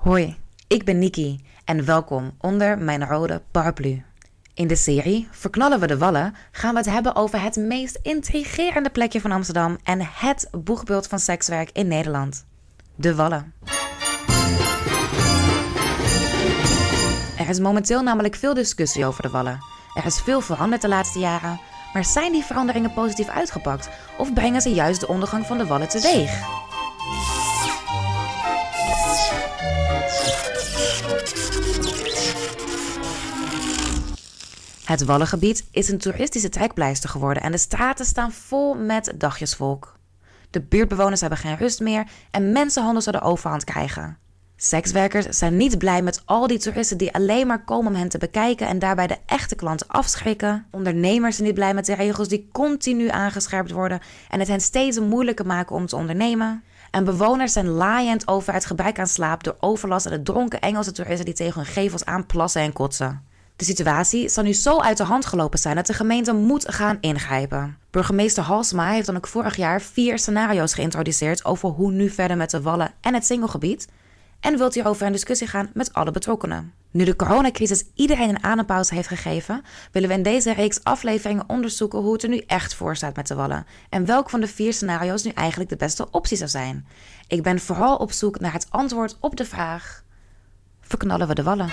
Hoi, ik ben Niki en welkom onder mijn rode paraplu. In de serie Verknallen we de Wallen gaan we het hebben over het meest intrigerende plekje van Amsterdam en het boegbeeld van sekswerk in Nederland. De Wallen. Er is momenteel namelijk veel discussie over de Wallen. Er is veel veranderd de laatste jaren, maar zijn die veranderingen positief uitgepakt of brengen ze juist de ondergang van de Wallen teweeg? Het Wallengebied is een toeristische trekpleister geworden en de straten staan vol met dagjesvolk. De buurtbewoners hebben geen rust meer en mensenhandel zou de overhand krijgen. Sekswerkers zijn niet blij met al die toeristen die alleen maar komen om hen te bekijken en daarbij de echte klanten afschrikken. Ondernemers zijn niet blij met de regels die continu aangescherpt worden en het hen steeds moeilijker maken om te ondernemen. En bewoners zijn laaiend over het gebrek aan slaap door overlast en de dronken Engelse toeristen die tegen hun gevels aanplassen en kotsen. De situatie zal nu zo uit de hand gelopen zijn dat de gemeente moet gaan ingrijpen. Burgemeester Halsema heeft dan ook vorig jaar 4 scenario's geïntroduceerd over hoe nu verder met de Wallen en het Singelgebied en wilt hierover in discussie gaan met alle betrokkenen. Nu de coronacrisis iedereen een adempauze heeft gegeven, willen we in deze reeks afleveringen onderzoeken hoe het er nu echt voor staat met de Wallen en welk van de 4 scenario's nu eigenlijk de beste optie zou zijn. Ik ben vooral op zoek naar het antwoord op de vraag: verknallen we de Wallen?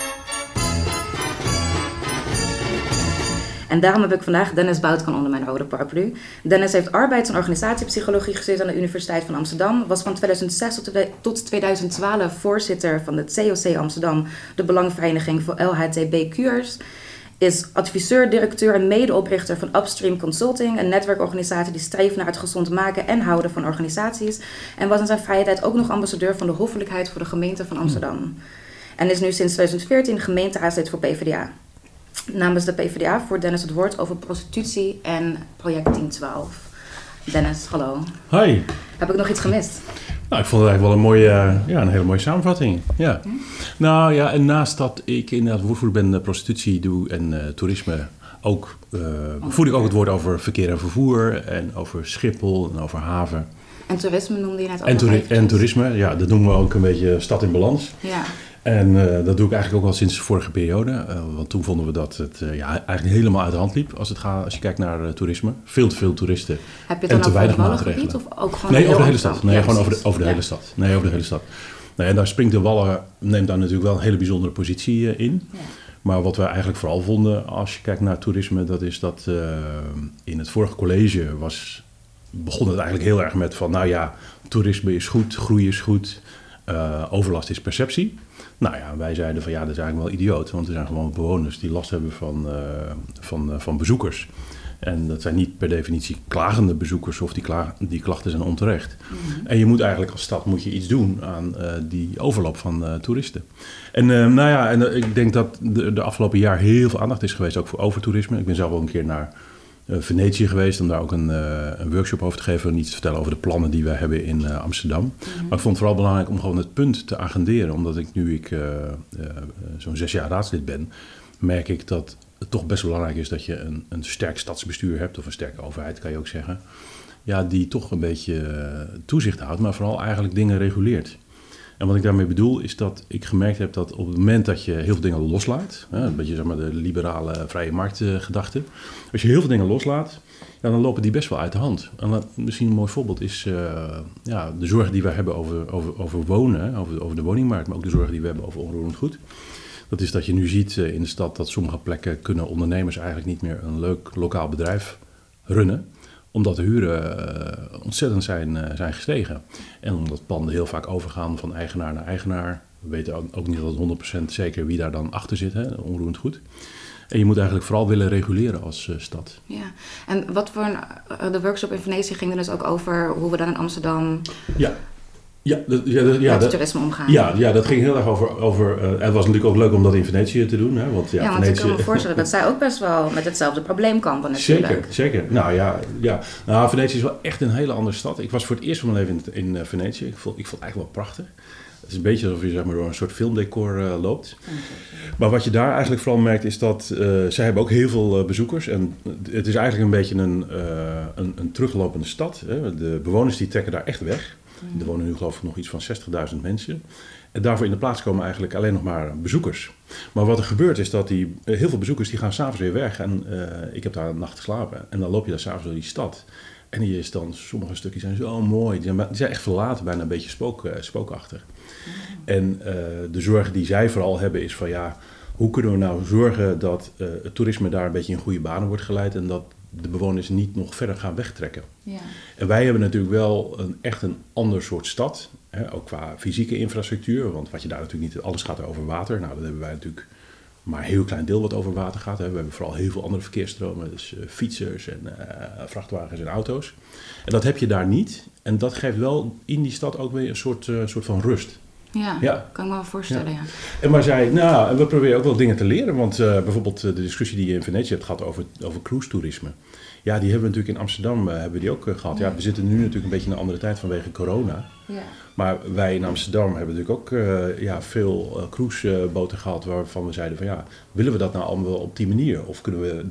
En daarom heb ik vandaag Dennis Boutkan onder mijn rode paraplu. Dennis heeft arbeids- en organisatiepsychologie gestudeerd aan de Universiteit van Amsterdam. Was van 2006 tot 2012 voorzitter van het COC Amsterdam, de Belangenvereniging voor LHTBQ'ers. Is adviseur, directeur en medeoprichter van Upstream Consulting, een netwerkorganisatie die streeft naar het gezond maken en houden van organisaties. En was in zijn vrije tijd ook nog ambassadeur van de hoffelijkheid voor de gemeente van Amsterdam. En is nu sinds 2014 gemeenteraadslid voor PvdA. Namens de PvdA voert Dennis het woord over prostitutie en project 1012. Dennis, hallo. Hoi. Heb ik nog iets gemist? Nou, ik vond het eigenlijk wel een hele mooie samenvatting. Ja. Nou ja, en naast dat ik inderdaad woordvoerder ben, prostitutie doe en toerisme, voer ik ook het woord over verkeer en vervoer en over Schiphol en over haven. En toerisme noemde je net ook en toerisme, ja, dat noemen we ook een beetje stad in balans. Ja. En dat doe ik eigenlijk ook al sinds de vorige periode. Want toen vonden we dat het eigenlijk helemaal uit de hand liep als je kijkt naar toerisme. Veel te veel toeristen heb je het en dan te weinig over maatregelen. Of ook gewoon Nee, over de hele stad. Nee, ja, gewoon over de hele stad. Nee, over de hele stad. Nee, en daar springt de Wallen, neemt daar natuurlijk wel een hele bijzondere positie in. Ja. Maar wat we eigenlijk vooral vonden als je kijkt naar toerisme, dat is dat in het vorige college begon het eigenlijk heel erg met van, nou ja, toerisme is goed, groei is goed, overlast is perceptie. Nou ja, wij zeiden van ja, dat is eigenlijk wel idioot. Want er zijn gewoon bewoners die last hebben van bezoekers. En dat zijn niet per definitie klagende bezoekers of die klachten zijn onterecht. Mm-hmm. En je moet eigenlijk als stad iets doen aan die overloop van toeristen. En ik denk dat de afgelopen jaar heel veel aandacht is geweest ook voor overtoerisme. Ik ben zelf ook een keer naar Venetië geweest om daar ook een workshop over te geven en iets te vertellen over de plannen die wij hebben in Amsterdam. Mm-hmm. Maar ik vond het vooral belangrijk om gewoon het punt te agenderen, omdat ik zo'n 6 jaar raadslid ben, merk ik dat het toch best belangrijk is dat je een sterk stadsbestuur hebt, of een sterke overheid kan je ook zeggen, ja, die toch een beetje toezicht houdt, maar vooral eigenlijk dingen reguleert. En wat ik daarmee bedoel is dat ik gemerkt heb dat op het moment dat je heel veel dingen loslaat, een beetje zeg maar de liberale vrije marktgedachte, als je heel veel dingen loslaat, ja, dan lopen die best wel uit de hand. En misschien een mooi voorbeeld is de zorg die we hebben over wonen, over de woningmarkt, maar ook de zorg die we hebben over onroerend goed. Dat is dat je nu ziet in de stad dat sommige plekken kunnen ondernemers eigenlijk niet meer een leuk lokaal bedrijf runnen, omdat de huren ontzettend zijn gestegen. En omdat panden heel vaak overgaan van eigenaar naar eigenaar. We weten ook niet altijd 100% zeker wie daar dan achter zit, onroerend goed. En je moet eigenlijk vooral willen reguleren als stad. Ja, en wat voor de workshop in Venetië ging er dus ook over hoe we dan in Amsterdam met het toerisme omgaan. Ja, dat ging heel erg over het was natuurlijk ook leuk om dat in Venetië te doen. Hè, want Venetië, ik kan me voorstellen dat zij ook best wel met hetzelfde probleem kampen natuurlijk. Zeker. Nou, Venetië is wel echt een hele andere stad. Ik was voor het eerst van mijn leven in Venetië. Ik vond het eigenlijk wel prachtig. Het is een beetje alsof je zeg maar, door een soort filmdecor loopt. Maar wat je daar eigenlijk vooral merkt is dat zij hebben ook heel veel bezoekers. En het is eigenlijk een beetje een teruglopende stad. Hè. De bewoners die trekken daar echt weg. Er wonen nu geloof ik nog iets van 60.000 mensen. En daarvoor in de plaats komen eigenlijk alleen nog maar bezoekers. Maar wat er gebeurt is dat heel veel bezoekers die gaan s'avonds weer weg. En ik heb daar een nacht geslapen. En dan loop je daar s'avonds door die stad. En die is dan, sommige stukjes zijn zo mooi. Die zijn echt verlaten, bijna een beetje spookachtig. En de zorg die zij vooral hebben is van hoe kunnen we nou zorgen dat het toerisme daar een beetje in goede banen wordt geleid. En dat de bewoners niet nog verder gaan wegtrekken. Ja. En wij hebben natuurlijk wel echt een ander soort stad. Hè, ook qua fysieke infrastructuur. Want wat je daar natuurlijk niet... Alles gaat over water. Nou, dat hebben wij natuurlijk maar een heel klein deel wat over water gaat. Hè. We hebben vooral heel veel andere verkeersstromen. Dus fietsers en vrachtwagens en auto's. En dat heb je daar niet. En dat geeft wel in die stad ook weer een soort van rust. Ja, kan ik me wel voorstellen, ja. En maar en we proberen ook wel dingen te leren. Want bijvoorbeeld de discussie die je in Venetië hebt gehad over cruise-toerisme. Ja, die hebben we natuurlijk in Amsterdam ook gehad. Ja, we zitten nu natuurlijk een beetje in een andere tijd vanwege corona. Ja. Maar wij in Amsterdam hebben natuurlijk ook veel cruiseboten gehad waarvan we zeiden van willen we dat nou allemaal op die manier? Of kunnen we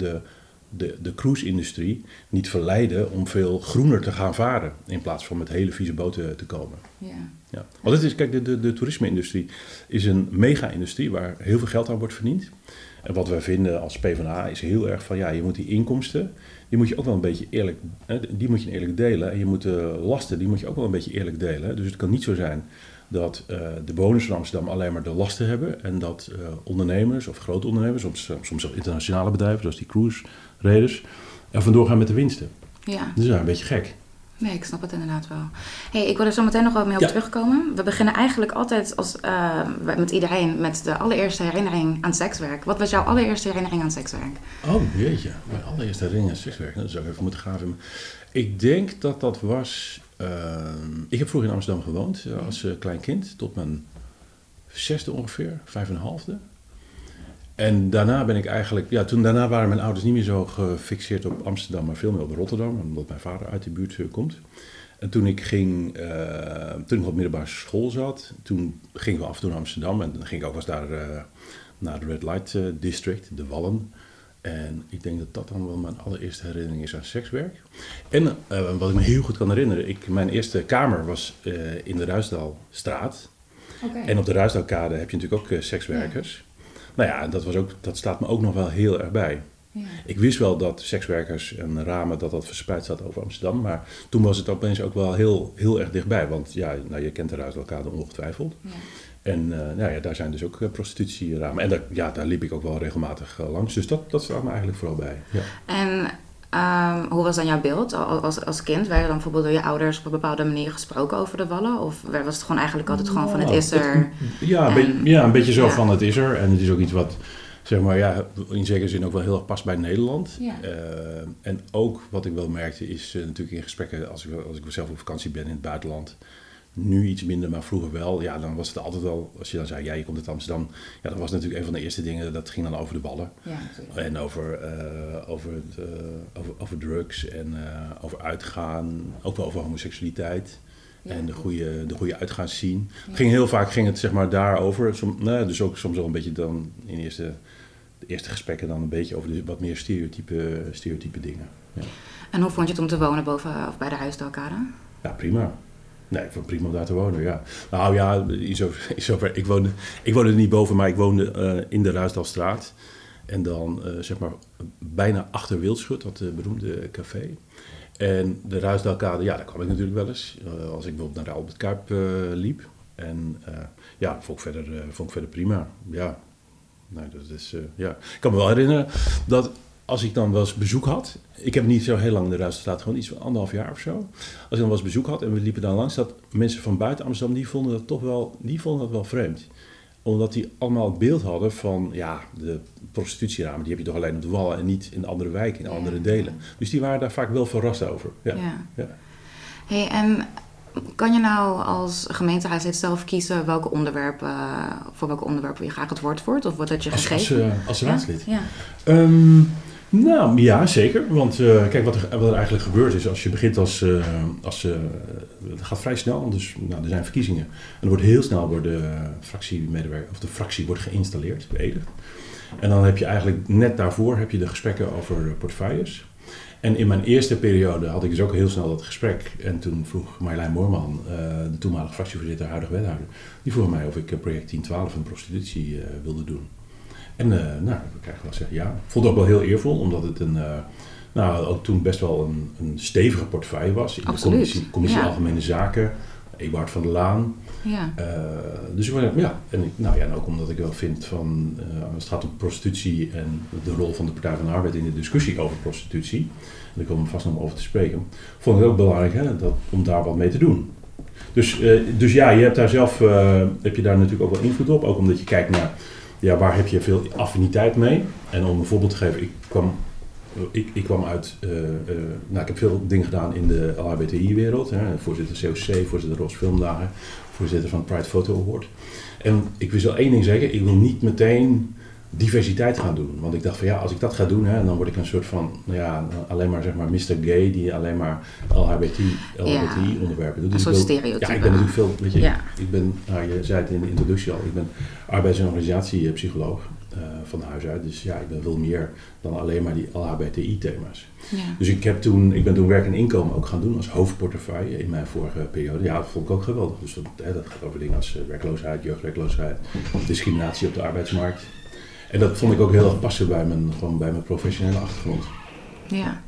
de cruise-industrie niet verleiden om veel groener te gaan varen in plaats van met hele vieze boten te komen? Ja. Want het is, kijk, de toerisme-industrie is een mega-industrie waar heel veel geld aan wordt verdiend. En wat wij vinden als PvdA is heel erg van je moet die inkomsten, die moet je ook wel een beetje eerlijk delen. En je moet de lasten, die moet je ook wel een beetje eerlijk delen. Dus het kan niet zo zijn dat de bewoners van Amsterdam alleen maar de lasten hebben en dat ondernemers of grote ondernemers, soms ook internationale bedrijven zoals die cruise-reders, er vandoor gaan met de winsten. Ja. Dat is een beetje gek. Nee, ik snap het inderdaad wel. Hey, ik wil er zo meteen nog wel mee op terugkomen. We beginnen eigenlijk altijd met iedereen met de allereerste herinnering aan sekswerk. Wat was jouw allereerste herinnering aan sekswerk? Oh, jeetje. Mijn allereerste herinnering aan sekswerk. Dat zou ik even moeten graven. Ik denk dat was... ik heb vroeger in Amsterdam gewoond als klein kind. Tot mijn 6e ongeveer, 5,5. En daarna ben ik eigenlijk... daarna waren mijn ouders niet meer zo gefixeerd op Amsterdam, maar veel meer op Rotterdam. Omdat mijn vader uit die buurt komt. En toen ik op middelbare school zat, toen gingen we af en toe naar Amsterdam. En dan ging ik ook wel eens naar de Red Light District, de Wallen. En ik denk dat dan wel mijn allereerste herinnering is aan sekswerk. En wat ik me heel goed kan herinneren, mijn eerste kamer was in de Ruisdaalstraat. Okay. En op de Ruisdaalkade heb je natuurlijk ook sekswerkers. Ja. Nou ja, dat staat me ook nog wel heel erg bij. Ja. Ik wist wel dat sekswerkers en ramen dat verspreid staat over Amsterdam. Maar toen was het opeens ook wel heel, heel erg dichtbij. Want je kent de Ruisdaalkade ongetwijfeld. Ja. En daar zijn dus ook prostitutieramen. En daar liep ik ook wel regelmatig langs. Dus dat staat me eigenlijk vooral bij. Ja. En hoe was dan jouw beeld als kind? Werd er dan bijvoorbeeld door je ouders op een bepaalde manier gesproken over de Wallen? Of was het gewoon eigenlijk altijd gewoon van het is er? Een beetje zo van het is er. En het is ook iets wat, zeg maar, in zekere zin ook wel heel erg past bij Nederland. Ja. En ook wat ik wel merkte is natuurlijk in gesprekken als ik zelf op vakantie ben in het buitenland. Nu iets minder, maar vroeger wel. Ja, dan was het altijd wel, als je dan zei, je komt uit Amsterdam. Ja, dat was natuurlijk een van de eerste dingen, dat ging dan over de ballen. Ja, en over drugs en over uitgaan. Ook wel over homoseksualiteit. Ja, en de goede uitgaansscene. Ja. Heel vaak ging het zeg maar daarover. Dus ook soms wel een beetje dan in de eerste gesprekken dan een beetje over de wat meer stereotype dingen. Ja. En hoe vond je het om te wonen boven of bij de Ruisdaalkade? Ja, prima. Nee, ik vond het prima om daar te wonen, ja. Nou ja, ik woonde er niet boven, maar ik woonde in de Ruisdaalstraat. En dan, zeg maar, bijna achter Wildschut, dat beroemde café. En de Ruisdaalkade, daar kwam ik natuurlijk wel eens. Als ik bijvoorbeeld naar de Albert Kuip liep. En vond ik verder prima. Ja, nou, dat is, Ik kan me wel herinneren dat als ik dan wel eens bezoek had. Ik heb niet zo heel lang in de Ruisdaalstraat, gewoon iets van 1,5 jaar of zo. Als ik dan wel eens bezoek had en we liepen daar langs, dat mensen van buiten Amsterdam, die vonden dat wel vreemd. Omdat die allemaal het beeld hadden van, de prostitutieramen, die heb je toch alleen op de Wallen en niet in andere wijken, in andere delen. Dus die waren daar vaak wel verrast over. Ja. Hey, en kan je nou als gemeenteraadslid zelf kiezen voor welke onderwerpen je graag het woord voert? Of wordt dat je gegeven? Als raadslid? Ja. Nou ja, zeker. Want kijk, wat er eigenlijk gebeurt is, als je begint het gaat vrij snel, dus er zijn verkiezingen. En er wordt heel snel de fractie wordt geïnstalleerd, beëdigd. En dan heb je eigenlijk net daarvoor de gesprekken over portefeuilles. En in mijn eerste periode had ik dus ook heel snel dat gesprek. En toen vroeg Marjolein Moorman, de toenmalige fractievoorzitter, huidige wethouder, die vroeg mij of ik project 1012 en prostitutie wilde doen. En ik heb wel zeggen ja. Ik vond het ook wel heel eervol, omdat het ook toen best wel een stevige portefeuille was. In Absoluut. de commissie Algemene Zaken, Ewout van der Laan. Ja. Dus ik vond en ook omdat ik wel vind van, als het gaat om prostitutie en de rol van de Partij van de Arbeid in de discussie over prostitutie, en daar komen we vast nog over te spreken, vond ik het ook belangrijk om daar wat mee te doen. Dus ja, je hebt daar zelf, heb je daar natuurlijk ook wel invloed op, ook omdat je kijkt naar, waar heb je veel affiniteit mee? En om een voorbeeld te geven, ik kwam uit, ik heb veel dingen gedaan in de LHBTI-wereld. Voorzitter COC, voorzitter Roze Filmdagen, voorzitter van Pride Photo Award. En ik wist wel één ding zeker, ik wil niet meteen diversiteit gaan doen. Want ik dacht van als ik dat ga doen, dan word ik een soort van, alleen maar zeg maar Mr. Gay die alleen maar LHBTI-onderwerpen doet. Dus een soort stereotype. Ja, ik ben natuurlijk veel, ik ben, je zei het in de introductie al, ik ben arbeids- en organisatiepsycholoog. Van huis uit. Dus ik ben veel meer dan alleen maar die LHBTI-thema's. Ja. Dus ik ben toen werk en inkomen ook gaan doen als hoofdportefeuille in mijn vorige periode. Ja, dat vond ik ook geweldig. Dus dat gaat over dingen als werkloosheid, jeugdwerkloosheid, discriminatie op de arbeidsmarkt. En dat vond ik ook heel erg passen bij mijn professionele achtergrond. Ja.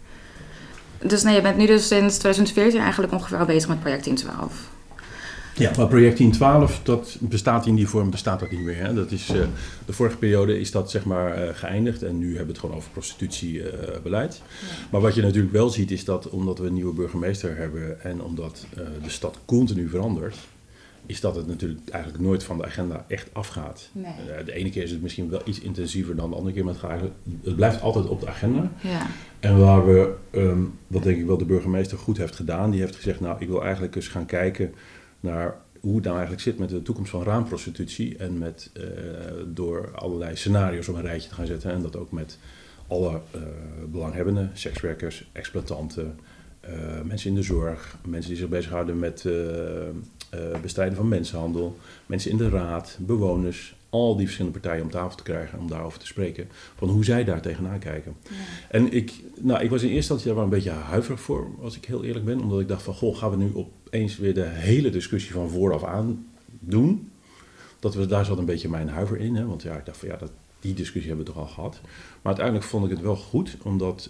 Dus je bent nu dus sinds 2014 eigenlijk ongeveer al bezig met project 1012. Ja, maar project 1012, dat bestaat in die vorm, bestaat dat niet meer. Hè? Dat is, de vorige periode is dat zeg maar geëindigd en nu hebben we het gewoon over prostitutiebeleid. Maar wat je natuurlijk wel ziet is dat omdat we een nieuwe burgemeester hebben en omdat de stad continu verandert, is dat het natuurlijk eigenlijk nooit van de agenda echt afgaat. Nee. De ene keer is het misschien wel iets intensiever dan de andere keer, maar het blijft altijd op de agenda. Ja. En waar we, wat denk ik wel de burgemeester goed heeft gedaan, die heeft gezegd, ik wil eigenlijk eens gaan kijken naar hoe het nou eigenlijk zit met de toekomst van raamprostitutie en met door allerlei scenario's op een rijtje te gaan zetten en dat ook met alle belanghebbenden, sekswerkers, exploitanten, mensen in de zorg, mensen die zich bezighouden met bestrijden van mensenhandel, mensen in de raad, bewoners, al die verschillende partijen om tafel te krijgen om daarover te spreken, van hoe zij daar tegenaan kijken. Ja. En ik was in eerste instantie daar wel een beetje huiverig voor, als ik heel eerlijk ben, omdat ik dacht van, gaan we nu opeens weer de hele discussie van vooraf aan doen? Daar zat een beetje mijn huiver in, hè? Want ik dacht van, die discussie hebben we toch al gehad. Maar uiteindelijk vond ik het wel goed, omdat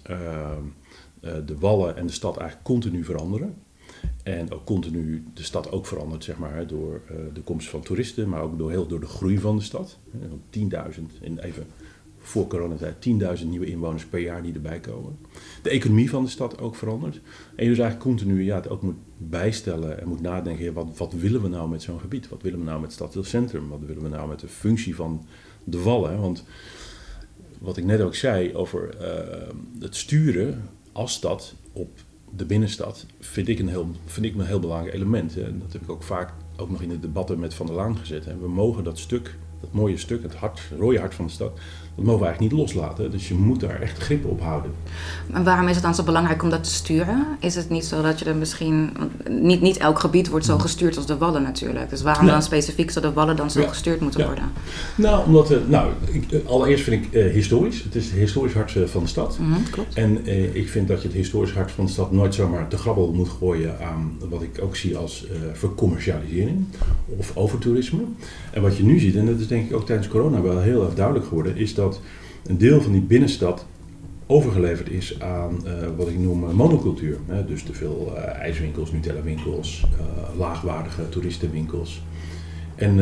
de wallen en de stad eigenlijk continu veranderen. En ook continu de stad ook verandert, zeg maar, door de komst van toeristen, maar ook door de groei van de stad. 10.000, even voor coronatijd, 10.000 nieuwe inwoners per jaar die erbij komen. De economie van de stad ook verandert. En je dus eigenlijk continu het ook moet bijstellen en moet nadenken, wat willen we nou met zo'n gebied? Wat willen we nou met het stadsdeelcentrum? Wat willen we nou met de functie van de wallen? Want wat ik net ook zei over het sturen als stad op de binnenstad vind ik een heel belangrijk element. Hè. Dat heb ik ook vaak ook nog in de debatten met Van der Laan gezet. Hè. We mogen dat mooie stuk, het rode hart van de stad, dat mogen we eigenlijk niet loslaten. Dus je moet daar echt grip op houden. En waarom is het dan zo belangrijk om dat te sturen? Is het niet zo dat je er misschien... Niet elk gebied wordt zo gestuurd als de wallen natuurlijk. Dus waarom dan specifiek zo de wallen dan zo gestuurd moeten worden? Nou, omdat... allereerst vind ik historisch. Het is het historisch hart van de stad. Klopt. En ik vind dat je het historisch hart van de stad nooit zomaar te grabbel moet gooien aan wat ik ook zie als vercommercialisering of overtoerisme. En wat je nu ziet, en dat is denk ik ook tijdens corona wel heel erg duidelijk geworden, is dat een deel van die binnenstad overgeleverd is aan wat ik noem monocultuur. Dus te veel ijswinkels, Nutella-winkels, laagwaardige toeristenwinkels. En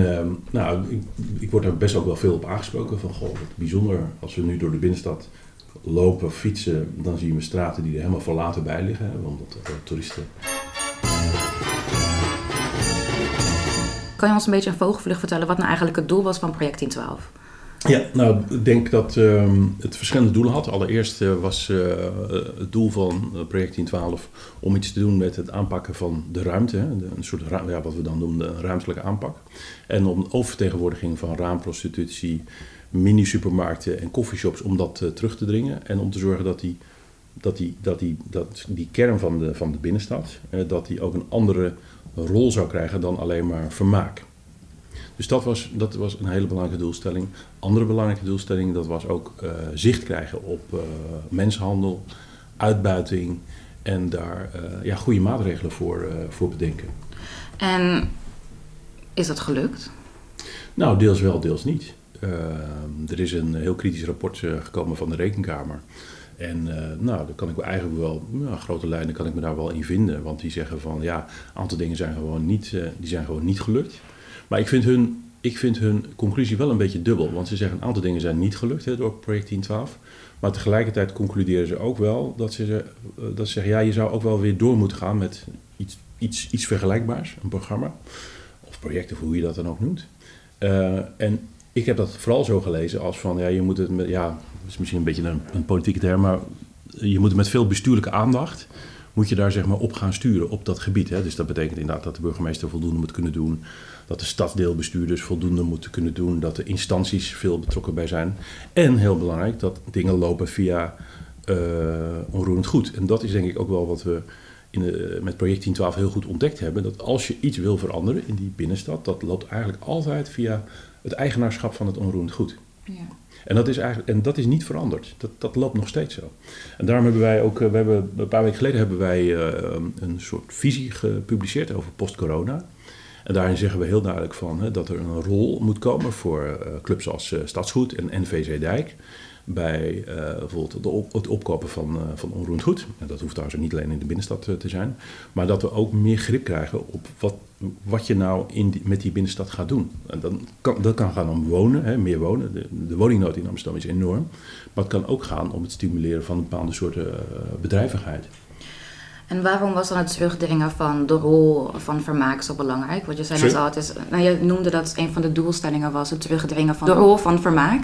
ik word daar best ook wel veel op aangesproken van, wat bijzonder, als we nu door de binnenstad lopen, fietsen, dan zien we straten die er helemaal verlaten bij liggen, omdat toeristen... Kan je ons een beetje een vogelvlucht vertellen wat nou eigenlijk het doel was van project 1012? Ja, ik denk dat het verschillende doelen had. Allereerst was het doel van project 1012 om iets te doen met het aanpakken van de ruimte. Een soort wat we dan noemen een ruimtelijke aanpak. En om oververtegenwoordiging van raamprostitutie, mini-supermarkten en coffeeshops, om dat terug te dringen. En om te zorgen dat die kern van de binnenstad, dat die ook een andere rol zou krijgen dan alleen maar vermaak. Dus dat was een hele belangrijke doelstelling. Andere belangrijke doelstelling, dat was ook zicht krijgen op mensenhandel, uitbuiting en daar goede maatregelen voor bedenken. En is dat gelukt? Nou, deels wel, deels niet. Er is een heel kritisch rapport gekomen van de Rekenkamer. En daar kan ik me eigenlijk wel, grote lijnen kan ik me daar wel in vinden. Want die zeggen van, een aantal dingen zijn gewoon niet gelukt. Maar ik vind hun conclusie wel een beetje dubbel. Want ze zeggen, een aantal dingen zijn niet gelukt door project 1012. Maar tegelijkertijd concluderen ze ook wel dat ze zeggen, je zou ook wel weer door moeten gaan met iets vergelijkbaars. Een programma of project, of hoe je dat dan ook noemt. En ik heb dat vooral zo gelezen als van, je moet het met, dat is misschien een beetje een politieke term, maar je moet het met veel bestuurlijke aandacht, moet je daar zeg maar op gaan sturen op dat gebied. Hè. Dus dat betekent inderdaad dat de burgemeester voldoende moet kunnen doen, dat de stadsdeelbestuurders voldoende moeten kunnen doen, dat de instanties veel betrokken bij zijn. En heel belangrijk, dat dingen lopen via onroerend goed. En dat is denk ik ook wel wat we met project 1012 heel goed ontdekt hebben, dat als je iets wil veranderen in die binnenstad, dat loopt eigenlijk altijd via het eigenaarschap van het onroerend goed. Ja. En dat is niet veranderd. Dat loopt nog steeds zo. En daarom hebben wij ook, een paar weken geleden hebben wij een soort visie gepubliceerd over post-corona. En daarin zeggen we heel duidelijk van dat er een rol moet komen voor clubs als Stadsgoed en NV Dijk. Bij bijvoorbeeld het opkopen van onroerend goed. En dat hoeft trouwens niet alleen in de binnenstad te zijn. Maar dat we ook meer grip krijgen op wat je nou met die binnenstad gaat doen. En dat kan gaan om wonen, meer wonen. De woningnood in Amsterdam is enorm. Maar het kan ook gaan om het stimuleren van bepaalde soorten bedrijvigheid. En waarom was dan het terugdringen van de rol van vermaak zo belangrijk? Want je zei net al, je noemde dat een van de doelstellingen was het terugdringen van de rol van vermaak.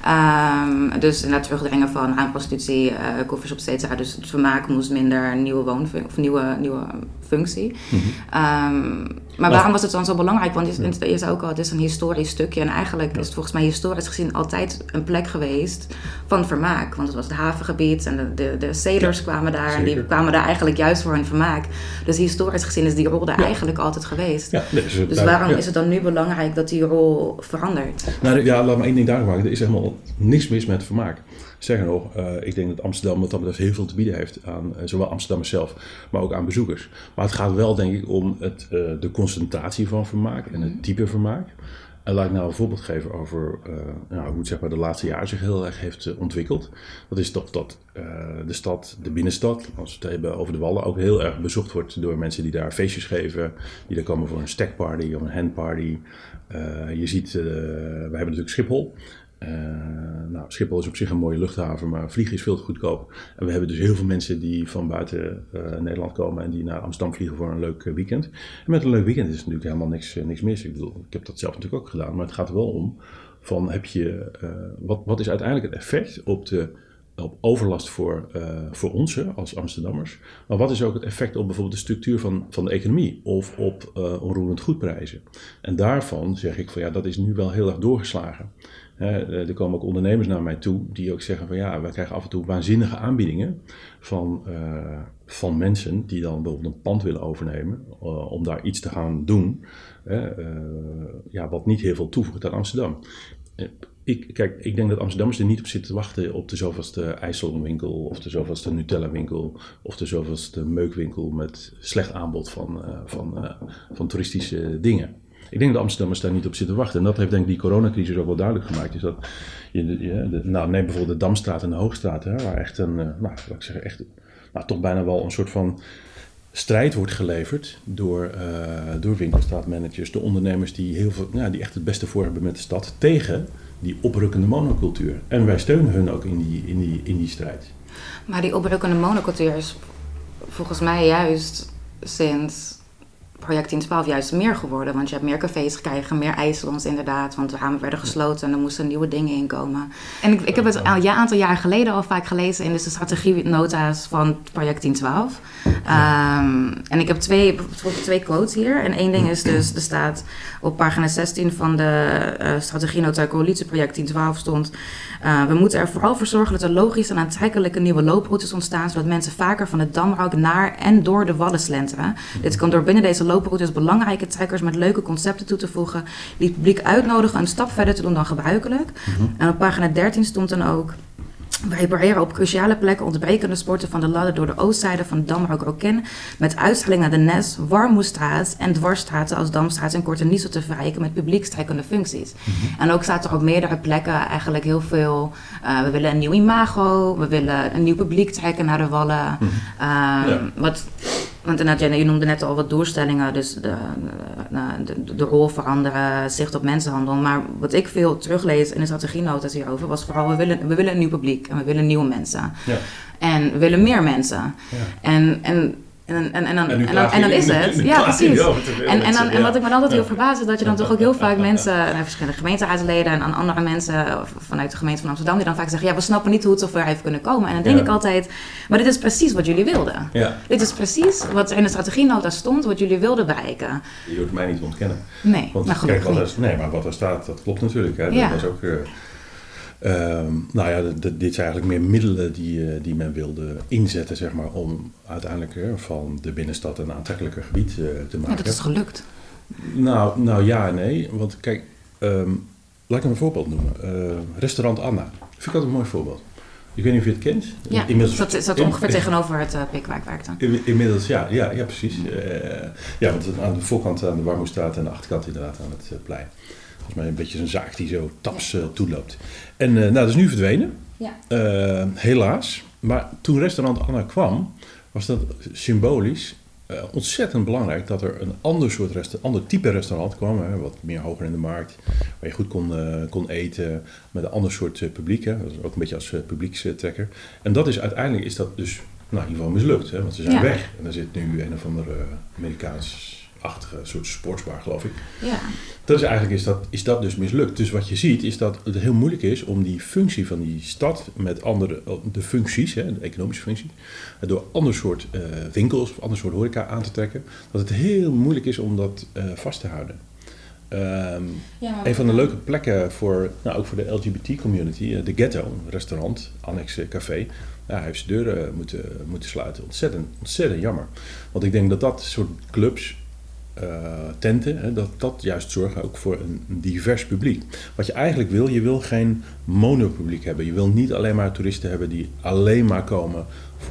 Dus inderdaad terugdringen van aan prostitutie, koffieshops, et cetera. Dus het vermaak moest minder nieuwe functie. Mm-hmm. Maar waarom was het dan zo belangrijk? Want je zei ook al, het is een historisch stukje. En eigenlijk is het volgens mij historisch gezien altijd een plek geweest van vermaak. Want het was het havengebied en de sailors kwamen daar. Zeker. En die kwamen daar eigenlijk juist voor hun vermaak. Dus historisch gezien is die rol daar eigenlijk altijd geweest. Ja, dus waarom is het dan nu belangrijk dat die rol verandert? Nou, laat me één ding duidelijk maken. Er is helemaal niks mis met vermaak. Sterker nog, ik denk dat Amsterdam wat dat betreft heel veel te bieden heeft aan zowel Amsterdammers zelf, maar ook aan bezoekers. Maar het gaat wel denk ik om de concentratie van vermaak en het type vermaak. En laat ik nou een voorbeeld geven over hoe het zeg maar de laatste jaren zich heel erg heeft ontwikkeld. Dat is toch dat de binnenstad, als we het hebben over de Wallen, ook heel erg bezocht wordt door mensen die daar feestjes geven. Die daar komen voor een stackparty of een handparty. Je ziet, we hebben natuurlijk Schiphol. Schiphol is op zich een mooie luchthaven, maar vliegen is veel te goedkoop. En we hebben dus heel veel mensen die van buiten Nederland komen en die naar Amsterdam vliegen voor een leuk weekend. En met een leuk weekend is natuurlijk helemaal niks mis. Ik bedoel, ik heb dat zelf natuurlijk ook gedaan, maar het gaat er wel om van wat is uiteindelijk het effect op overlast voor ons als Amsterdammers. Maar wat is ook het effect op bijvoorbeeld de structuur van de economie of op onroerend goedprijzen. En daarvan zeg ik van dat is nu wel heel erg doorgeslagen. Er komen ook ondernemers naar mij toe die ook zeggen van wij krijgen af en toe waanzinnige aanbiedingen van mensen die dan bijvoorbeeld een pand willen overnemen om daar iets te gaan doen wat niet heel veel toevoegt aan Amsterdam. Ik denk dat Amsterdammers er niet op zitten te wachten op de zoveelste IJsselwinkel of de zoveelste Nutella-winkel of de zoveelste meukwinkel met slecht aanbod van toeristische dingen. Ik denk dat Amsterdammers daar niet op zitten wachten. En dat heeft denk ik die coronacrisis ook wel duidelijk gemaakt. Dus dat neem bijvoorbeeld de Damstraat en de Hoogstraat, waar echt toch bijna wel een soort van strijd wordt geleverd door winkelstraatmanagers, de ondernemers die die echt het beste voor hebben met de stad tegen die oprukkende monocultuur. En wij steunen hun ook in die strijd. Maar die oprukkende monocultuur is volgens mij juist sinds project 1012 juist meer geworden. Want je hebt meer cafés gekregen, meer ijssalons inderdaad. Want de ramen werden gesloten en er moesten nieuwe dingen inkomen. En ik heb het een aantal jaar geleden al vaak gelezen in de strategienota's van project 1012. En ik heb twee quotes hier. En één ding is dus, er staat op pagina 16 van de strategienota coalitieproject 1012 stond: we moeten er vooral voor zorgen dat er logische en aantrekkelijke nieuwe looproutes ontstaan, zodat mensen vaker van de Damrak naar en door de Wallen slenteren. Dit kan door binnen deze looproutes belangrijke trekkers met leuke concepten toe te voegen, die het publiek uitnodigen een stap verder te doen dan gebruikelijk. En op pagina 13 stond dan ook: We repareren op cruciale plekken ontbrekende sporten van de ladder door de oostzijde van Dam-Rook-Oken met uitstraling naar de Nes, Warmoestraat en dwarsstraten als Damstraat en Korte Niesel te verrijken met publiekstrekkende functies. En ook staat er op meerdere plekken eigenlijk heel veel, we willen een nieuw imago, we willen een nieuw publiek trekken naar de Wallen. Want inderdaad, je noemde net al wat doelstellingen, dus de rol veranderen, zicht op mensenhandel. Maar wat ik veel teruglees in de strategienotas hierover was vooral, we willen een nieuw publiek en we willen nieuwe mensen. Ja. En we willen meer mensen. Ja. En dan is het. Ja, precies. En wat ik me dan altijd heel verbaas is dat je dan toch ook heel vaak mensen, verschillende gemeenteraadsleden en andere mensen vanuit de gemeente van Amsterdam, die dan vaak zeggen, ja, we snappen niet hoe het zover heeft kunnen komen. En dan denk ik altijd, maar dit is precies wat jullie wilden. Ja. Dit is precies wat er in de strategienota stond, wat jullie wilden bereiken. Je hoeft mij niet te ontkennen. Nee, want, maar gelukkig niet. Maar wat er staat, dat klopt natuurlijk. Hè. Ja. Dat was ook... dit zijn eigenlijk meer middelen die men wilde inzetten, zeg maar, om uiteindelijk van de binnenstad een aantrekkelijker gebied te maken. Ja, dat is gelukt. Nou ja en nee. Want kijk, laat ik een voorbeeld noemen. Restaurant Anna. Dat vind ik altijd een mooi voorbeeld. Ik weet niet of je het kent. Ja, dat zat ongeveer tegenover het Pik waar ik werkte. Inmiddels, ja precies. Want aan de voorkant aan de Warmoestraat en de achterkant inderdaad aan het plein. Volgens mij een beetje zo'n zaak die zo taps toeloopt. En dat is nu verdwenen. Ja. Helaas. Maar toen restaurant Anna kwam, was dat symbolisch ontzettend belangrijk dat er een ander type restaurant kwam. Hè, wat meer hoger in de markt. Waar je goed kon eten met een ander soort publiek. Hè. Dat is ook een beetje als publiekstrekker. En dat is uiteindelijk is dat dus in ieder geval mislukt. Hè, want ze zijn weg. En er zit nu een of andere Amerikaans-achtige soort sportsbar, geloof ik. Ja. Is dat dus mislukt. Dus wat je ziet is dat het heel moeilijk is om die functie van die stad met de functies, de economische functie, door ander soort winkels of ander soort horeca aan te trekken, dat het heel moeilijk is om dat vast te houden. Een van de leuke plekken ook voor de LGBT-community, de Ghetto, een annex café, hij heeft zijn deuren moeten sluiten. Ontzettend jammer. Want ik denk dat soort clubs, tenten, dat juist zorgen ook voor een divers publiek. Wat je eigenlijk wil, je wil geen monopubliek hebben. Je wil niet alleen maar toeristen hebben die alleen maar komen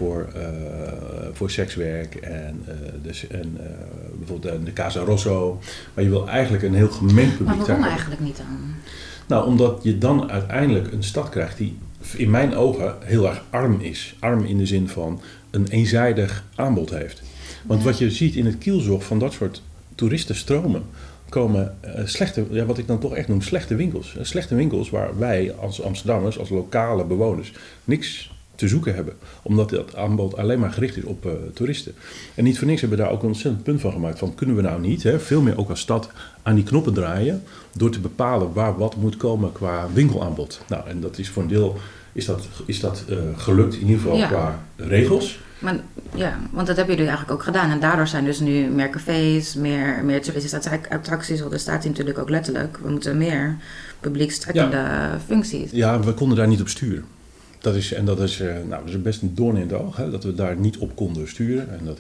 voor sekswerk en bijvoorbeeld de Casa Rosso. Maar je wil eigenlijk een heel gemengd publiek. Maar waarom eigenlijk niet dan? Nou, omdat je dan uiteindelijk een stad krijgt die in mijn ogen heel erg arm is. Arm in de zin van een eenzijdig aanbod heeft. Want wat je ziet in het kielzog van dat soort toeristenstromen komen wat ik dan toch echt noem, slechte winkels. Slechte winkels waar wij als Amsterdammers, als lokale bewoners, niks te zoeken hebben. Omdat dat aanbod alleen maar gericht is op toeristen. En niet voor niks hebben we daar ook een ontzettend punt van gemaakt. Van kunnen we nou niet, veel meer ook als stad, aan die knoppen draaien, door te bepalen waar wat moet komen qua winkelaanbod. Nou, en dat is voor een deel is dat gelukt, in ieder geval qua regels. Maar, want dat hebben jullie eigenlijk ook gedaan. En daardoor zijn dus nu meer cafés, meer toeristische attracties. Want er staat hier natuurlijk ook letterlijk, we moeten meer publiekstrekkende functies. Ja, we konden daar niet op sturen. Dat is best een doorn in het oog, dat we daar niet op konden sturen. En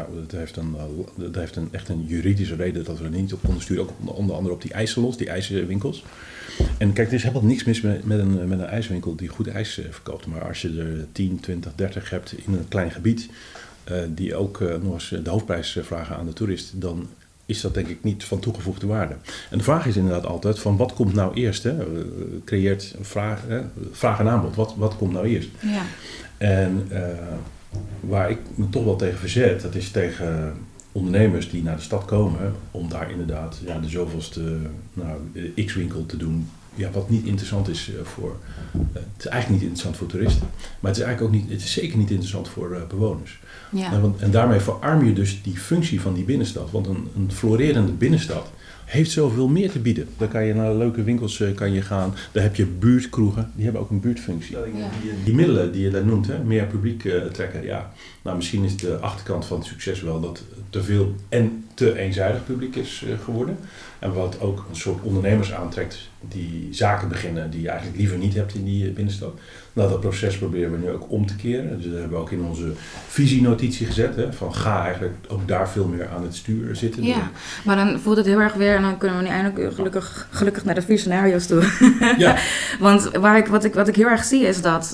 dat heeft echt een juridische reden dat we er niet op konden sturen. Ook onder andere op die ijssalons, die ijswinkels. En kijk, er is helemaal niks mis met een ijswinkel die goed ijs verkoopt. Maar als je er 10, 20, 30 hebt in een klein gebied, die ook nog eens de hoofdprijs vragen aan de toerist, dan is dat denk ik niet van toegevoegde waarde. En de vraag is inderdaad altijd van wat komt nou eerst? Creëert vraag en aanbod. Wat komt nou eerst? Ja. En waar ik me toch wel tegen verzet, dat is tegen ondernemers die naar de stad komen om daar inderdaad de zoveelste X-winkel te doen. Ja, wat niet interessant is het is eigenlijk niet interessant voor toeristen. Maar het is zeker niet interessant voor bewoners. Ja. En daarmee verarm je dus die functie van die binnenstad. Want een florerende binnenstad heeft zoveel meer te bieden. Dan kan je naar leuke winkels gaan. Daar heb je buurtkroegen. Die hebben ook een buurtfunctie. Ja. Die middelen die je daar noemt, meer publiek trekken. Ja. Nou, misschien is de achterkant van het succes wel dat te veel en te eenzijdig publiek is geworden. En wat ook een soort ondernemers aantrekt die zaken beginnen die je eigenlijk liever niet hebt in die binnenstad. Nou, dat proces proberen we nu ook om te keren. Dus dat hebben we ook in onze visienotitie gezet. Hè, van ga eigenlijk ook daar veel meer aan het stuur zitten. Ja, maar dan voelt het heel erg weer en dan kunnen we nu eindelijk gelukkig naar de 4 scenario's toe. Ja. Want wat ik heel erg zie is dat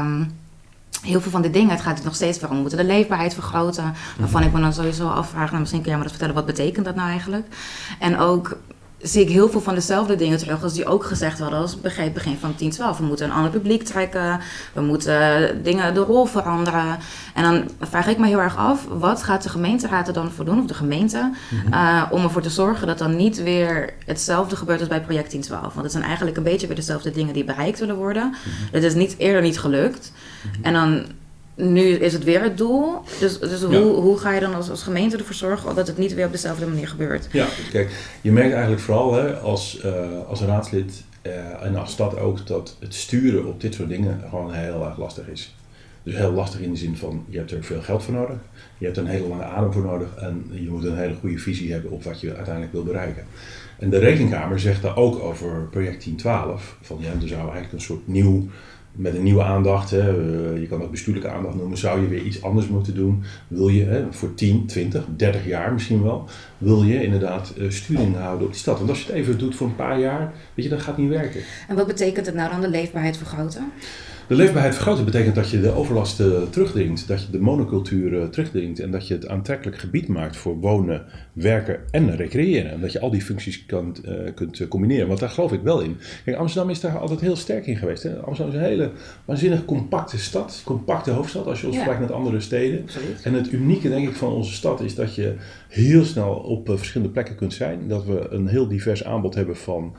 heel veel van die dingen, het gaat nog steeds waarom we moeten de leefbaarheid vergroten. Waarvan ik me dan sowieso afvraag, nou, misschien kun jij me dat vertellen, wat betekent dat nou eigenlijk? En ook zie ik heel veel van dezelfde dingen terug als die ook gezegd hadden als begin van 10-12. We moeten een ander publiek trekken, we moeten de rol veranderen. En dan vraag ik me heel erg af, wat gaat de gemeenteraad er dan voor doen, of de gemeente, om ervoor te zorgen dat dan niet weer hetzelfde gebeurt als bij project 10-12. Want het zijn eigenlijk een beetje weer dezelfde dingen die bereikt willen worden. Het is eerder niet gelukt. En dan nu is het weer het doel. Dus hoe ga je dan als gemeente ervoor zorgen dat het niet weer op dezelfde manier gebeurt? Ja, kijk, je merkt eigenlijk vooral als raadslid en als stad ook dat het sturen op dit soort dingen gewoon heel erg lastig is. Dus heel lastig in de zin van, je hebt er veel geld voor nodig, je hebt er een hele lange adem voor nodig en je moet een hele goede visie hebben op wat je uiteindelijk wil bereiken. En de Rekenkamer zegt daar ook over project 10-12, van ja, er zou eigenlijk een soort met een nieuwe aandacht, je kan ook bestuurlijke aandacht noemen, zou je weer iets anders moeten doen. Wil je voor 10, 20, 30 jaar misschien wel, wil je inderdaad sturing houden op die stad. Want als je het even doet voor een paar jaar, weet je, dat gaat niet werken. En wat betekent het nou dan, de leefbaarheid vergroten? De leefbaarheid vergroten betekent dat je de overlast terugdringt, dat je de monocultuur terugdringt en dat je het aantrekkelijk gebied maakt voor wonen, werken en recreëren. En dat je al die functies kunt combineren, want daar geloof ik wel in. Kijk, Amsterdam is daar altijd heel sterk in geweest. Hè? Amsterdam is een hele waanzinnig compacte stad, compacte hoofdstad als je ons vergelijkt met andere steden. Absoluut. En het unieke denk ik van onze stad is dat je heel snel op verschillende plekken kunt zijn. Dat we een heel divers aanbod hebben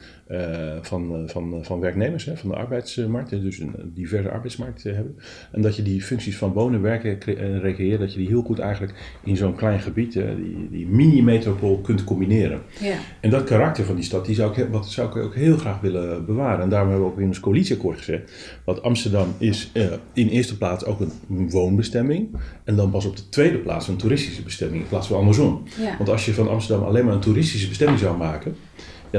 van werknemers, van de arbeidsmarkt. Dus een diverse arbeidsmarkt hebben. En dat je die functies van wonen, werken en recreëren, dat je die heel goed eigenlijk in zo'n klein gebied, die mini-metropool kunt combineren. Ja. En dat karakter van die stad, zou ik ook heel graag willen bewaren. En daarom hebben we ook in ons coalitieakkoord gezegd, dat Amsterdam is in eerste plaats ook een woonbestemming. En dan pas op de tweede plaats een toeristische bestemming, in plaats van andersom. Ja. Want als je van Amsterdam alleen maar een toeristische bestemming zou maken, ja,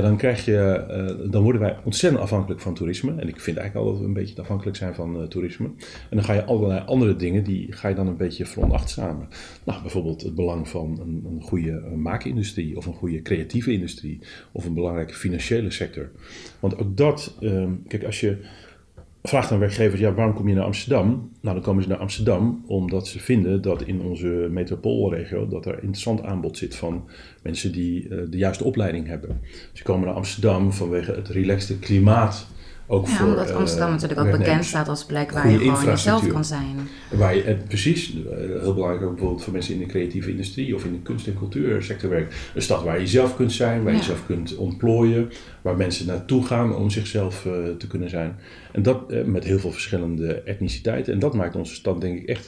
dan worden wij ontzettend afhankelijk van toerisme. En ik vind eigenlijk al dat we een beetje afhankelijk zijn van toerisme. En dan ga je allerlei andere dingen, die ga je dan een beetje veronachtzamen. Nou, bijvoorbeeld het belang van een goede maakindustrie of een goede creatieve industrie of een belangrijke financiële sector. Want ook dat, kijk, als je vraagt aan werkgevers, ja, waarom kom je naar Amsterdam? Nou, dan komen ze naar Amsterdam omdat ze vinden dat in onze metropoolregio dat er interessant aanbod zit van mensen die de juiste opleiding hebben. Ze komen naar Amsterdam vanwege het relaxte klimaat. Ook voor omdat Amsterdam natuurlijk ook bekend staat als plek waar je gewoon jezelf kan zijn. Waar je, precies, heel belangrijk ook bijvoorbeeld voor mensen in de creatieve industrie of in de kunst- en cultuursector werken. Een stad waar je jezelf kunt zijn, waar je jezelf kunt ontplooien, waar mensen naartoe gaan om zichzelf te kunnen zijn. En dat met heel veel verschillende etniciteiten. En dat maakt onze stad denk ik echt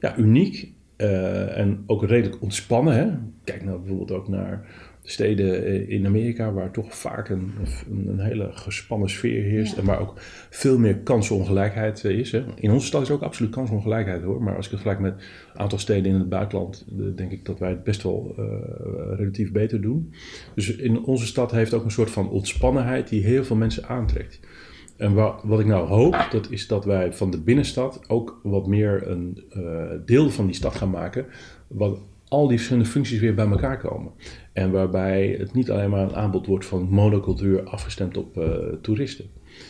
uniek en ook redelijk ontspannen. Hè? Kijk nou bijvoorbeeld ook naar steden in Amerika waar toch vaak een hele gespannen sfeer heerst en waar ook veel meer kansenongelijkheid is. Hè. In onze stad is ook absoluut kansenongelijkheid hoor, maar als ik het vergelijk met een aantal steden in het buitenland, denk ik dat wij het best wel relatief beter doen. Dus in onze stad heeft ook een soort van ontspannenheid die heel veel mensen aantrekt. En wat ik nou hoop, dat is dat wij van de binnenstad ook wat meer een deel van die stad gaan maken, wat al die verschillende functies weer bij elkaar komen. En waarbij het niet alleen maar een aanbod wordt van monocultuur afgestemd op toeristen.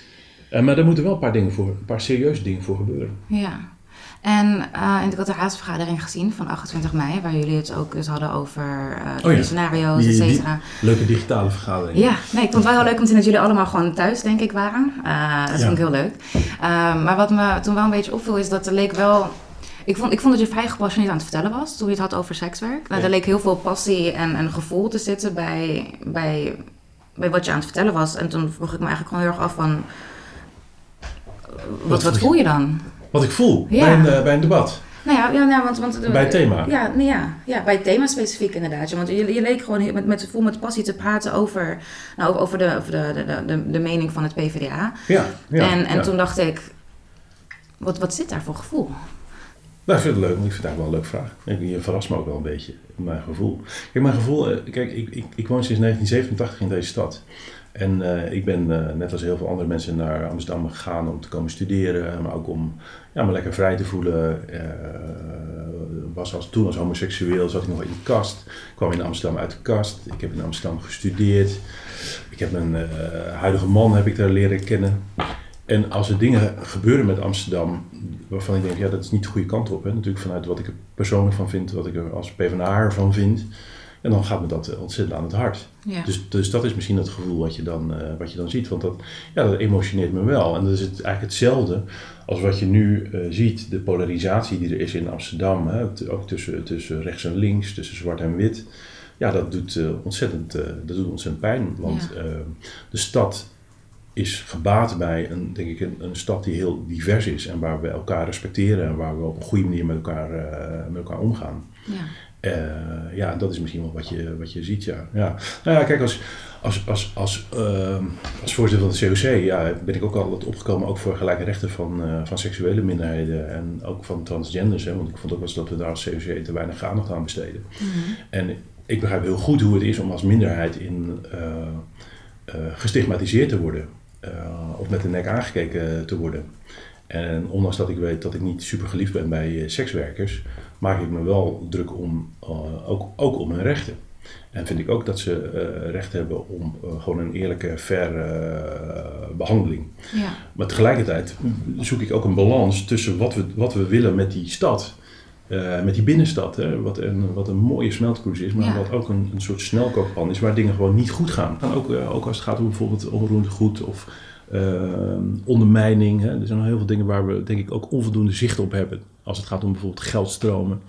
Maar daar moeten wel een paar serieuze dingen voor gebeuren. Ja. En ik had de raadsvergadering gezien van 28 mei, waar jullie het ook eens hadden over scenario's, et cetera. Leuke digitale vergadering. Ja, nee, ik vond het wel heel leuk om te zien dat jullie allemaal gewoon thuis, denk ik, waren. Dat vond ik heel leuk. Maar wat me toen wel een beetje opviel is dat er leek wel... Ik vond dat je vrij gepassioneerd aan het vertellen was toen je het had over sekswerk. Nou, er leek heel veel passie en gevoel te zitten bij wat je aan het vertellen was. En toen vroeg ik me eigenlijk gewoon heel erg af van... Wat voel je dan? Wat ik voel bij een debat? Want bij het thema? Ja, bij het thema specifiek inderdaad. Want je leek gewoon met passie te praten over de mening van het PvdA. En toen dacht ik, wat zit daar voor gevoel? Nou, ik vind het leuk, want ik vind het eigenlijk wel een leuke vraag. Je verrast me ook wel een beetje, mijn gevoel. Kijk, ik woon sinds 1987 in deze stad. En ik ben net als heel veel andere mensen naar Amsterdam gegaan om te komen studeren. Maar ook om me lekker vrij te voelen. Toen als homoseksueel zat ik nog in de kast. Ik kwam in Amsterdam uit de kast. Ik heb in Amsterdam gestudeerd. Ik heb mijn huidige man heb ik daar leren kennen. En als er dingen gebeuren met Amsterdam waarvan ik denk, dat is niet de goede kant op. Hè? Natuurlijk vanuit wat ik er persoonlijk van vind, wat ik er als PvdA'er van vind. En dan gaat me dat ontzettend aan het hart. Ja. Dus dat is misschien het gevoel wat je dan ziet. Want dat emotioneert me wel. En dat is eigenlijk hetzelfde als wat je nu ziet. De polarisatie die er is in Amsterdam. Hè? Ook tussen rechts en links, tussen zwart en wit. Ja, dat doet ontzettend pijn. Want de stad is gebaat bij een stad die heel divers is. En waar we elkaar respecteren. En waar we op een goede manier met elkaar omgaan. Ja. Dat is misschien wel wat je ziet, ja. Nou ja, kijk, als voorzitter van de COC ben ik ook altijd opgekomen ook voor gelijke rechten van seksuele minderheden en ook van transgenders. Hè, want ik vond ook wel eens dat we daar als COC te weinig aandacht aan besteden. Mm-hmm. En ik begrijp heel goed hoe het is om als minderheid gestigmatiseerd te worden of met de nek aangekeken te worden. En ondanks dat ik weet dat ik niet super geliefd ben bij sekswerkers, maak ik me wel druk ook om hun rechten. En vind ik ook dat ze recht hebben om gewoon een eerlijke, fair behandeling. Ja. Maar tegelijkertijd zoek ik ook een balans tussen wat we willen met die stad. Met die binnenstad, hè, wat een mooie smeltkroes is, maar wat ook een soort snelkookpan is waar dingen gewoon niet goed gaan. En ook als het gaat om bijvoorbeeld onroerend goed of ondermijning. Hè. Er zijn nog heel veel dingen waar we denk ik ook onvoldoende zicht op hebben. Als het gaat om bijvoorbeeld geldstromen.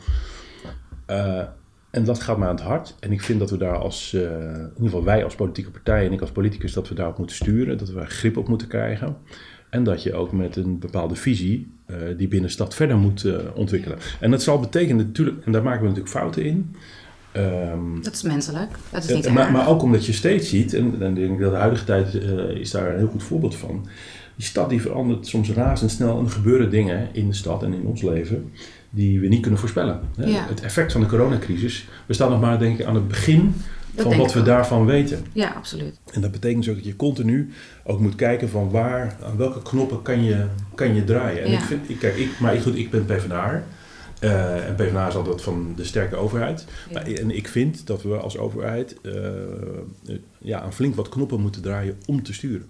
En dat gaat mij aan het hart. En ik vind dat we daar in ieder geval wij als politieke partij en ik als politicus, dat we daarop moeten sturen. Dat we daar grip op moeten krijgen. En dat je ook met een bepaalde visie die binnenstad verder moet ontwikkelen. En dat zal betekenen natuurlijk, en daar maken we natuurlijk fouten in. Dat is menselijk, dat is niet erg. Maar ook omdat je steeds ziet, en denk ik dat de huidige tijd is daar een heel goed voorbeeld van. Die stad die verandert soms razendsnel en er gebeuren dingen in de stad en in ons leven die we niet kunnen voorspellen. Ja. Het effect van de coronacrisis, we staan nog maar denk ik aan het begin van wat we daarvan weten. Ja, absoluut. En dat betekent ook dat je continu ook moet kijken van aan welke knoppen kan je draaien. En ik ben PvdA. En PvdA is altijd van de sterke overheid. Ja. En ik vind dat we als overheid aan flink wat knoppen moeten draaien om te sturen.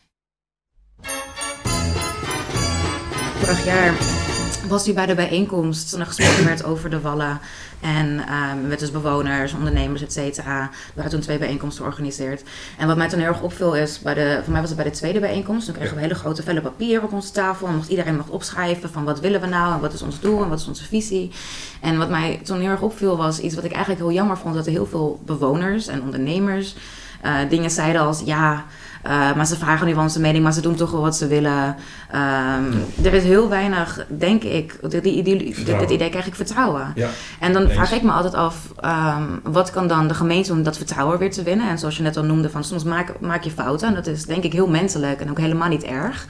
Vorig jaar was hij bij de bijeenkomst toen er gesproken werd over de Wallen. En met dus bewoners, ondernemers, et cetera. Er waren toen 2 bijeenkomsten georganiseerd. En wat mij toen heel erg opviel is, voor mij was het bij de tweede bijeenkomst. Toen kregen we hele grote vellen papier op onze tafel. En iedereen mocht opschrijven van wat willen we nou en wat is ons doel en wat is onze visie. En wat mij toen heel erg opviel was iets wat ik eigenlijk heel jammer vond. Dat er heel veel bewoners en ondernemers dingen zeiden als maar ze vragen nu wel onze mening, maar ze doen toch wel wat ze willen. Er is heel weinig, denk ik, dit idee krijg ik vertrouwen. Ja, en dan vraag ik me altijd af, wat kan dan de gemeente doen om dat vertrouwen weer te winnen? En zoals je net al noemde, van soms maak je fouten. En dat is denk ik heel menselijk en ook helemaal niet erg.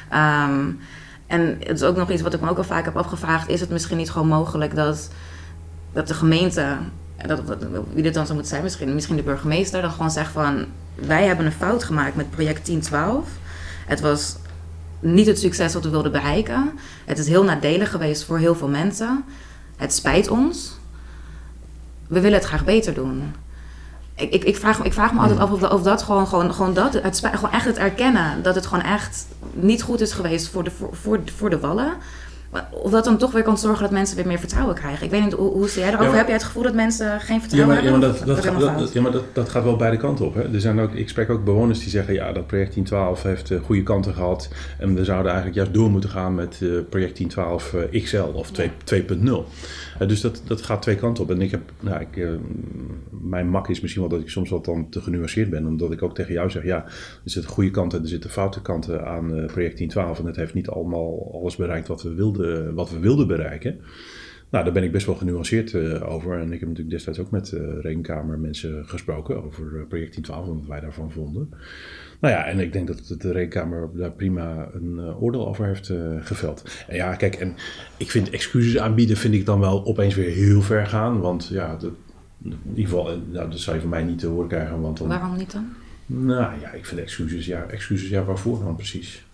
En het is ook nog iets wat ik me ook al vaak heb afgevraagd. Is het misschien niet gewoon mogelijk dat de gemeente, wie dit dan zou moeten zijn, misschien de burgemeester, dan gewoon zegt van, wij hebben een fout gemaakt met project 1012. Het was niet het succes wat we wilden bereiken. Het is heel nadelig geweest voor heel veel mensen. Het spijt ons. We willen het graag beter doen. Ik vraag me altijd af of dat gewoon dat, gewoon echt het erkennen dat het gewoon echt niet goed is geweest voor de Wallen. Of dat dan toch weer kan zorgen dat mensen weer meer vertrouwen krijgen. Ik weet niet, hoe zie jij daarover? Heb jij het gevoel dat mensen geen vertrouwen hebben? Maar dat gaat wel beide kanten op. Hè? Er zijn ik spreek ook bewoners die zeggen, dat project 1012 heeft goede kanten gehad. En we zouden eigenlijk juist door moeten gaan met project 1012 XL of 2.0. Dus dat gaat twee kanten op. En mijn mak is misschien wel dat ik soms wat dan te genuanceerd ben. Omdat ik ook tegen jou zeg, er zitten goede kanten en er zitten foute kanten aan project 1012. En het heeft niet allemaal alles bereikt wat we wilden bereiken. Nou, daar ben ik best wel genuanceerd over. En ik heb natuurlijk destijds ook met Rekenkamer mensen gesproken over project 1012 en wat wij daarvan vonden. Nou ja, en ik denk dat de Rekenkamer daar prima een oordeel over heeft geveld. En ja, kijk, en ik vind excuses aanbieden vind ik dan wel opeens weer heel ver gaan. Want ja, in ieder geval, dat zou je van mij niet te horen krijgen. Want dan, Waarom niet dan? Nou ja, ik vind excuses, waarvoor dan precies?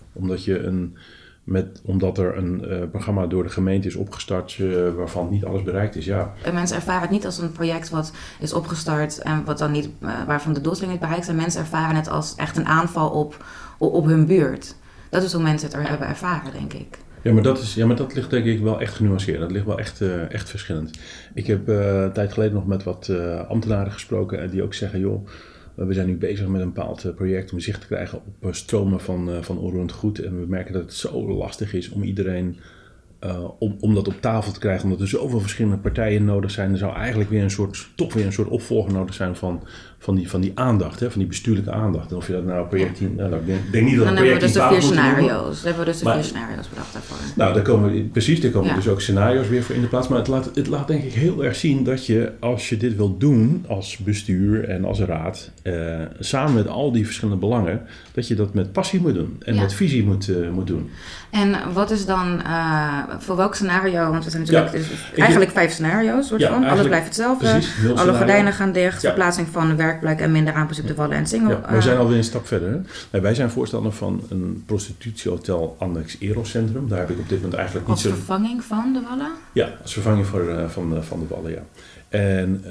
Omdat er een programma door de gemeente is opgestart waarvan niet alles bereikt is, ja. En mensen ervaren het niet als een project wat is opgestart en wat dan niet, waarvan de doelstelling niet bereikt zijn. Mensen ervaren het als echt een aanval op hun buurt. Dat is hoe mensen het hebben ervaren, denk ik. Ja, maar dat ligt denk ik wel echt genuanceerd. Dat ligt wel echt verschillend. Ik heb een tijd geleden nog met wat ambtenaren gesproken en die ook zeggen, joh, we zijn nu bezig met een bepaald project om zicht te krijgen op stromen van onroerend goed. En we merken dat het zo lastig is om iedereen om dat op tafel te krijgen. Omdat er zoveel verschillende partijen nodig zijn. Er zou eigenlijk weer een soort opvolger nodig zijn van die aandacht. Hè, van die bestuurlijke aandacht. En of je dat nou project... ik denk niet dat dan een project... Dan hebben we dus de vier scenario's bedacht daarvoor. Nou, daar komen dus ook scenario's weer voor in de plaats. Maar het laat denk ik heel erg zien dat je, als je dit wilt doen als bestuur en als raad, samen met al die verschillende belangen, dat je dat met passie moet doen. En met visie moet doen. En wat is dan, voor welk scenario, want we zijn natuurlijk eigenlijk 5 scenario's, soort van. Alles blijft hetzelfde. Precies, alle gordijnen gaan dicht, verplaatsing van werkplek en minder aanpas op de Wallen en Singel. Ja, we zijn alweer een stap verder. Hè? Nee, wij zijn voorstander van een prostitutiehotel Annex Eroscentrum. Daar heb ik op dit moment eigenlijk niet zo... Als vervanging van de Wallen? Ja, als vervanging van de Wallen, ja. En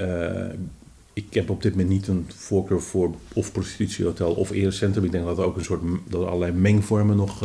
ik heb op dit moment niet een voorkeur voor of prostitutiehotel of erecentrum. Ik denk dat er ook dat er allerlei mengvormen nog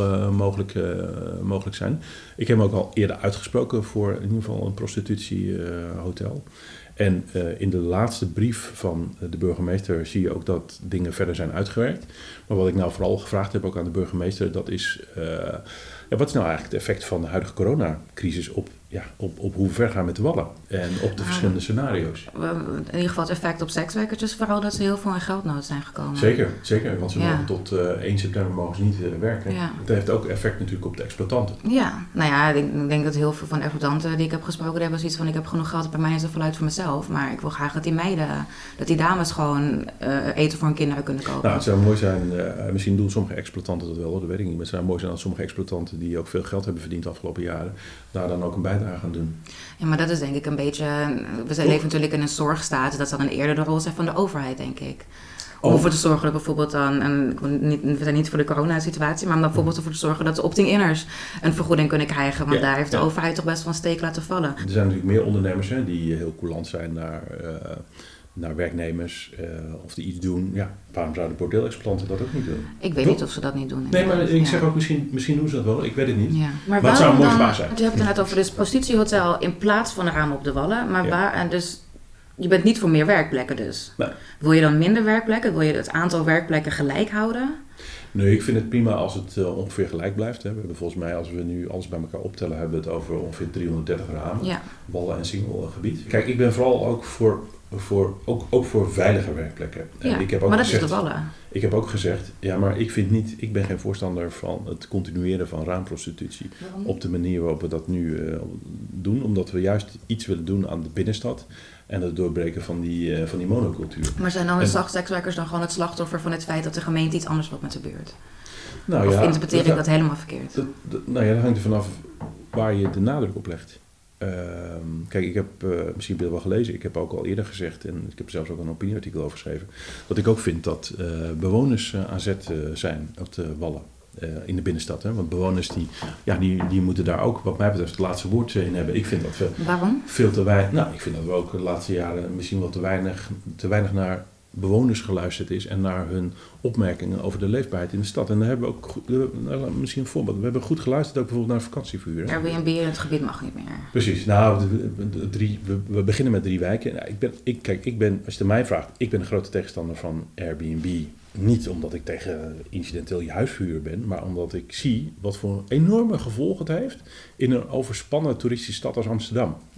mogelijk zijn. Ik heb me ook al eerder uitgesproken voor in ieder geval een prostitutiehotel. En in de laatste brief van de burgemeester zie je ook dat dingen verder zijn uitgewerkt. Maar wat ik nou vooral gevraagd heb ook aan de burgemeester, dat is... wat is nou eigenlijk het effect van de huidige coronacrisis op hoe ver gaan met de Wallen en op de verschillende scenario's? In ieder geval het effect op sekswerkertjes, vooral dat ze heel veel in geldnood zijn gekomen. Zeker, want ze mogen tot 1 september mogen ze niet werken. Ja. Het heeft ook effect natuurlijk op de exploitanten. Ja, nou ja, ik denk dat heel veel van de exploitanten die ik heb gesproken, die hebben zoiets van, ik heb genoeg geld, bij mij is er voluit voor mezelf, maar ik wil graag dat die meiden, dat die dames gewoon eten voor hun kinderen kunnen kopen. Nou, het zou mooi zijn, misschien doen sommige exploitanten dat wel, dat weet ik niet, maar het zou mooi zijn dat sommige exploitanten die ook veel geld hebben verdiend de afgelopen jaren, daar dan ook een bijdrage aan doen. Ja, maar dat is denk ik een beetje... We leven natuurlijk in een zorgstaat. Dat zal dan eerder de rol zijn van de overheid, denk ik. Om ervoor te zorgen dat bijvoorbeeld dan... we zijn niet voor de coronasituatie, maar om bijvoorbeeld ervoor te zorgen dat de opting-inners een vergoeding kunnen krijgen. Want daar heeft de overheid toch best wel een steek laten vallen. Er zijn natuurlijk meer ondernemers die heel coulant zijn naar werknemers of die iets doen. Ja, waarom zouden bordeelexploitanten dat ook niet doen? Ik weet niet of ze dat niet doen. Nee, maar ik zeg ook misschien doen ze dat wel. Ik weet het niet. Ja. Maar het zou een mooi gebaar zijn. Want je hebt het net over dus prostitutiehotel in plaats van een raam op de Wallen. Maar en dus je bent niet voor meer werkplekken dus. Nee. Wil je dan minder werkplekken? Wil je het aantal werkplekken gelijk houden? Nee, ik vind het prima als het ongeveer gelijk blijft. Hè. We hebben volgens mij, als we nu alles bij elkaar optellen, hebben we het over ongeveer 330 ramen. Ja. Wallen en singelgebied. Kijk, ik ben vooral ook voor veilige werkplekken. Ja, en ik heb ook maar dat is de Wallen. Ik heb ook gezegd, ja, maar ik ben geen voorstander van het continueren van raamprostitutie. Op de manier waarop we dat nu doen. Omdat we juist iets willen doen aan de binnenstad. En het doorbreken van die monocultuur. Maar zijn dan de sekswerkers dan gewoon het slachtoffer van het feit dat de gemeente iets anders wil met de buurt? Nou, of interpreteer ik dat helemaal verkeerd? Dat hangt er vanaf waar je de nadruk op legt. Kijk, ik heb misschien wel gelezen, ik heb ook al eerder gezegd, en ik heb zelfs ook een opinieartikel over geschreven, dat ik ook vind dat bewoners aan zet zijn op de Wallen. In de binnenstad. Hè? Want bewoners die moeten daar ook, wat mij betreft, het laatste woord in hebben. Ik vind dat we Waarom? veel te weinig. Nou, ik vind dat we ook de laatste jaren misschien wel te weinig naar bewoners geluisterd is en naar hun opmerkingen over de leefbaarheid in de stad. En daar hebben we ook misschien een voorbeeld. We hebben goed geluisterd ook bijvoorbeeld naar vakantieverhuur. Airbnb in het gebied mag niet meer. Precies. Nou, we beginnen met 3 wijken. Nou, ik ben, als je het mij vraagt, ik ben een grote tegenstander van Airbnb. Niet omdat ik tegen incidenteel je huisverhuur ben, maar omdat ik zie wat voor enorme gevolgen het heeft in een overspannen toeristische stad als Amsterdam. Ja.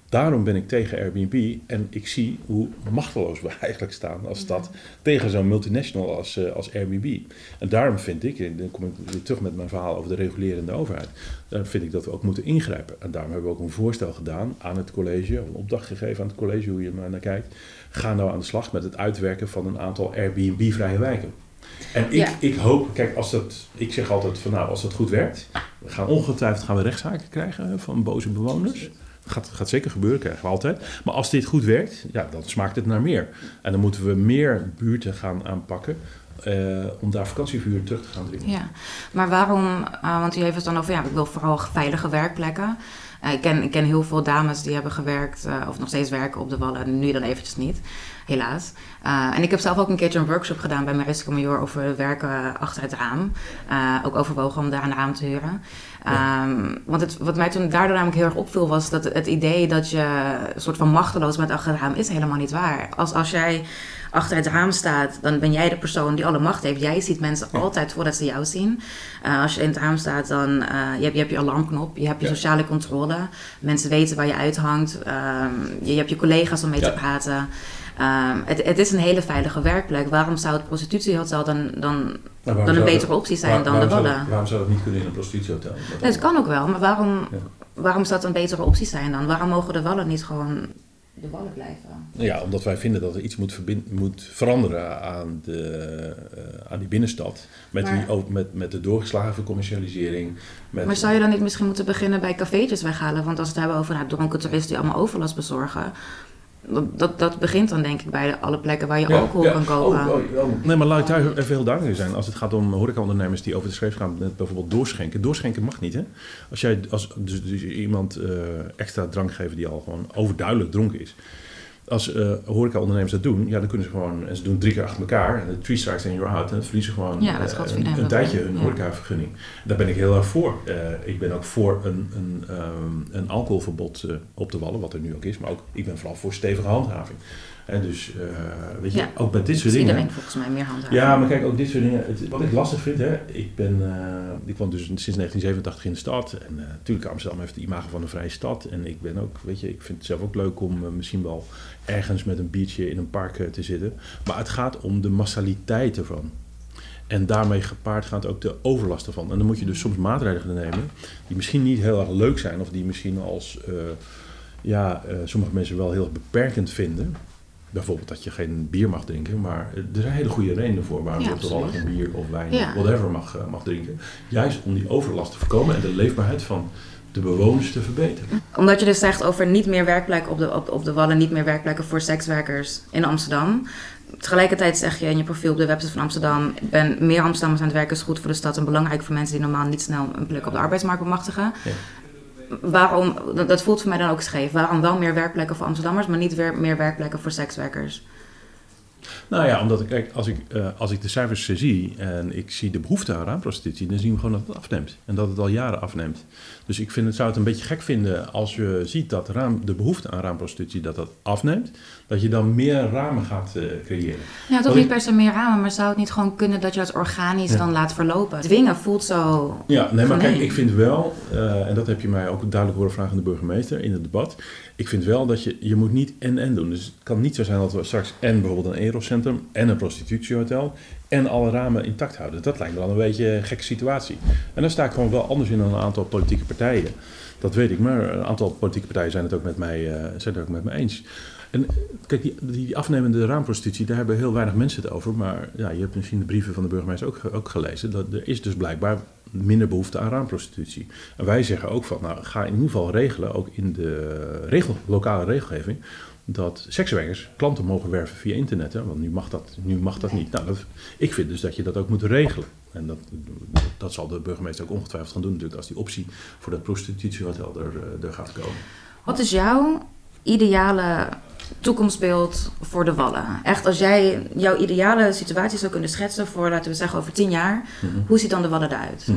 Daarom ben ik tegen Airbnb en ik zie hoe machteloos we eigenlijk staan als stad tegen zo'n multinational als Airbnb. En daarom vind ik, en dan kom ik weer terug met mijn verhaal over de regulerende overheid, daarom vind ik dat we ook moeten ingrijpen. En daarom hebben we ook een voorstel gedaan aan het college, een opdracht gegeven aan het college, hoe je er maar naar kijkt. Ga nou aan de slag met het uitwerken van een aantal Airbnb-vrije wijken. En ik hoop, kijk, ik zeg altijd van nou, als dat goed werkt, gaan we rechtszaken krijgen van boze bewoners. Gaat zeker gebeuren, krijgen we altijd. Maar als dit goed werkt, dan smaakt het naar meer. En dan moeten we meer buurten gaan aanpakken om daar vakantieverhuur terug te gaan dringen. Ja, maar waarom, want u heeft het dan over, ik wil vooral veilige werkplekken. Ik ken heel veel dames die hebben gewerkt of nog steeds werken op de Wallen. Nu dan eventjes niet, helaas. En ik heb zelf ook een keertje een workshop gedaan bij Mariska Major over werken achter het raam. Ook overwogen om daar een raam te huren. Want wat mij toen daardoor namelijk heel erg opviel was dat het idee dat je een soort van machteloos bent achter het raam is helemaal niet waar. Als jij achter het raam staat, dan ben jij de persoon die alle macht heeft. Jij ziet mensen altijd voordat ze jou zien. Als je in het raam staat, dan je hebt je alarmknop, je hebt je sociale controle. Mensen weten waar je uithangt. Je hebt je collega's om mee te praten. Het is een hele veilige werkplek. Waarom zou het prostitutiehotel dan een betere optie zijn dan de Wallen? Waarom zou dat niet kunnen in een prostitutiehotel? Het kan ook wel, maar waarom zou het een betere optie zijn dan? Waarom mogen de Wallen niet gewoon de Wallen blijven? Ja, omdat wij vinden dat er iets moet veranderen aan die binnenstad. Met de doorgeslagen vercommercialisering. Maar zou je dan niet misschien moeten beginnen bij cafeetjes weghalen? Want als we het hebben over dronken toeristen die allemaal overlast bezorgen. Dat begint dan denk ik bij alle plekken waar je alcohol kan kopen. Nee, maar laat ik daar even heel duidelijk zijn. Als het gaat om horecaondernemers die over de schreef gaan met bijvoorbeeld doorschenken. Doorschenken mag niet, hè? Als dus iemand extra drank geven die al gewoon overduidelijk dronken is. Als horecaondernemers dat doen, dan kunnen ze gewoon, en ze doen 3 keer achter elkaar, en de 3 strikes and you're out, en dan verliezen ze gewoon een tijdje hun horecavergunning. Daar ben ik heel erg voor. Ik ben ook voor een alcoholverbod op de Wallen, wat er nu ook is, maar ook, ik ben vooral voor stevige handhaving. En dus, weet je, ook met dit soort dingen. Iedereen volgens mij meer handhaving. Ja, maar kijk, ook dit soort dingen. Wat ik lastig vind, ik woon dus sinds 1987 in de stad. En natuurlijk, Amsterdam heeft het imago van een vrije stad. En ik ben ook, weet je, ik vind het zelf ook leuk om misschien wel ergens met een biertje in een park te zitten. Maar het gaat om de massaliteit ervan. En daarmee gepaard gaat ook de overlast ervan. En dan moet je dus soms maatregelen nemen die misschien niet heel erg leuk zijn. Of die misschien als, sommige mensen wel heel erg beperkend vinden. Bijvoorbeeld dat je geen bier mag drinken, maar er zijn hele goede redenen voor waarom je op de Wallen geen bier of wijn of whatever mag drinken. Juist om die overlast te voorkomen en de leefbaarheid van de bewoners te verbeteren. Omdat je dus zegt over niet meer werkplekken op de Wallen, niet meer werkplekken voor sekswerkers in Amsterdam. Tegelijkertijd zeg je in je profiel op de website van Amsterdam, meer Amsterdammers aan het werken is goed voor de stad en belangrijk voor mensen die normaal niet snel een plek op de arbeidsmarkt bemachtigen. Ja. Waarom, dat voelt voor mij dan ook scheef. Waarom wel meer werkplekken voor Amsterdammers, maar niet weer meer werkplekken voor sekswerkers? Nou ja, omdat als ik de cijfers zie en ik zie de behoefte aan raamprostitutie, dan zien we gewoon dat het afneemt. En dat het al jaren afneemt. Dus ik zou het een beetje gek vinden als je ziet dat de behoefte aan raamprostitutie dat afneemt, dat je dan meer ramen gaat creëren. Ja, toch niet per se meer ramen, maar zou het niet gewoon kunnen dat je dat organisch dan laat verlopen? Dwingen voelt zo... Ja, nee, maar kijk, ik vind wel, en dat heb je mij ook duidelijk horen vragen aan de burgemeester in het debat, ik vind wel dat je moet niet en doen. Dus het kan niet zo zijn dat we straks bijvoorbeeld een Eroscentrum en een prostitutiehotel en alle ramen intact houden. Dat lijkt me dan een beetje een gekke situatie. En daar sta ik gewoon wel anders in dan een aantal politieke partijen. Dat weet ik, maar een aantal politieke partijen zijn het ook met mij eens. En kijk, die afnemende raamprostitutie, daar hebben heel weinig mensen het over. Maar ja, je hebt misschien de brieven van de burgemeester ook gelezen. Dat er is dus blijkbaar minder behoefte aan raamprostitutie. En wij zeggen ook van, ga in ieder geval regelen, ook in de lokale regelgeving, dat sekswerkers klanten mogen werven via internet. Hè? Want nu mag dat niet. Nou, ik vind dus dat je dat ook moet regelen. En dat zal de burgemeester ook ongetwijfeld gaan doen natuurlijk, als die optie voor dat prostitutiehotel er gaat komen. Wat is jouw ideale toekomstbeeld voor de Wallen? Echt, als jij jouw ideale situatie zou kunnen schetsen voor, laten we zeggen, over 10 jaar, hoe ziet dan de Wallen eruit?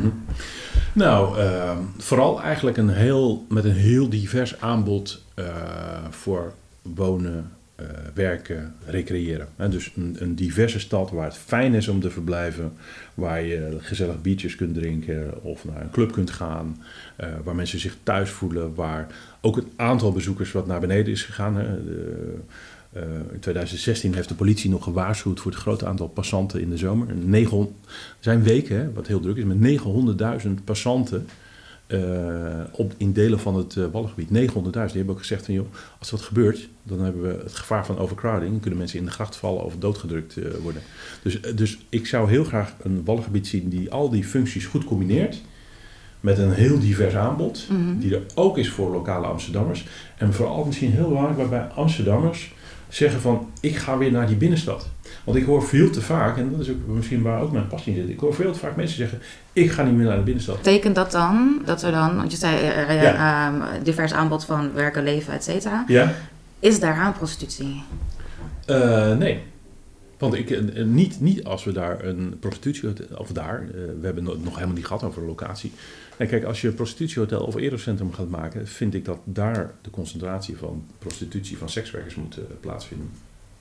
Nou, vooral eigenlijk met een heel divers aanbod voor wonen, werken, recreëren. Dus een diverse stad waar het fijn is om te verblijven, waar je gezellig biertjes kunt drinken of naar een club kunt gaan, waar mensen zich thuis voelen, waar ook het aantal bezoekers wat naar beneden is gegaan. In 2016 heeft de politie nog gewaarschuwd voor het grote aantal passanten in de zomer. Er zijn weken, wat heel druk is, met 900.000 passanten in delen van het Waddengebied. 900.000. Die hebben ook gezegd van, joh, als er wat gebeurt, dan hebben we het gevaar van overcrowding. Dan kunnen mensen in de gracht vallen of doodgedrukt worden. Dus ik zou heel graag een Waddengebied zien die al die functies goed combineert. Met een heel divers aanbod. Die er ook is voor lokale Amsterdammers. En vooral misschien heel belangrijk, waarbij Amsterdammers zeggen van, ik ga weer naar die binnenstad. Want ik hoor veel te vaak, en dat is ook misschien waar ook mijn passie in zit, ik hoor veel te vaak mensen zeggen, ik ga niet meer naar de binnenstad. Betekent dat dan, dat er dan, want je zei divers aanbod van werken, leven, et cetera. Ja. Is daaraan prostitutie? Nee. Want niet als we daar een prostitutiehotel, of daar, we hebben het nog helemaal niet gehad over een locatie. Nee, kijk, als je een prostitutiehotel of erocentrum gaat maken, vind ik dat daar de concentratie van prostitutie van sekswerkers moet plaatsvinden.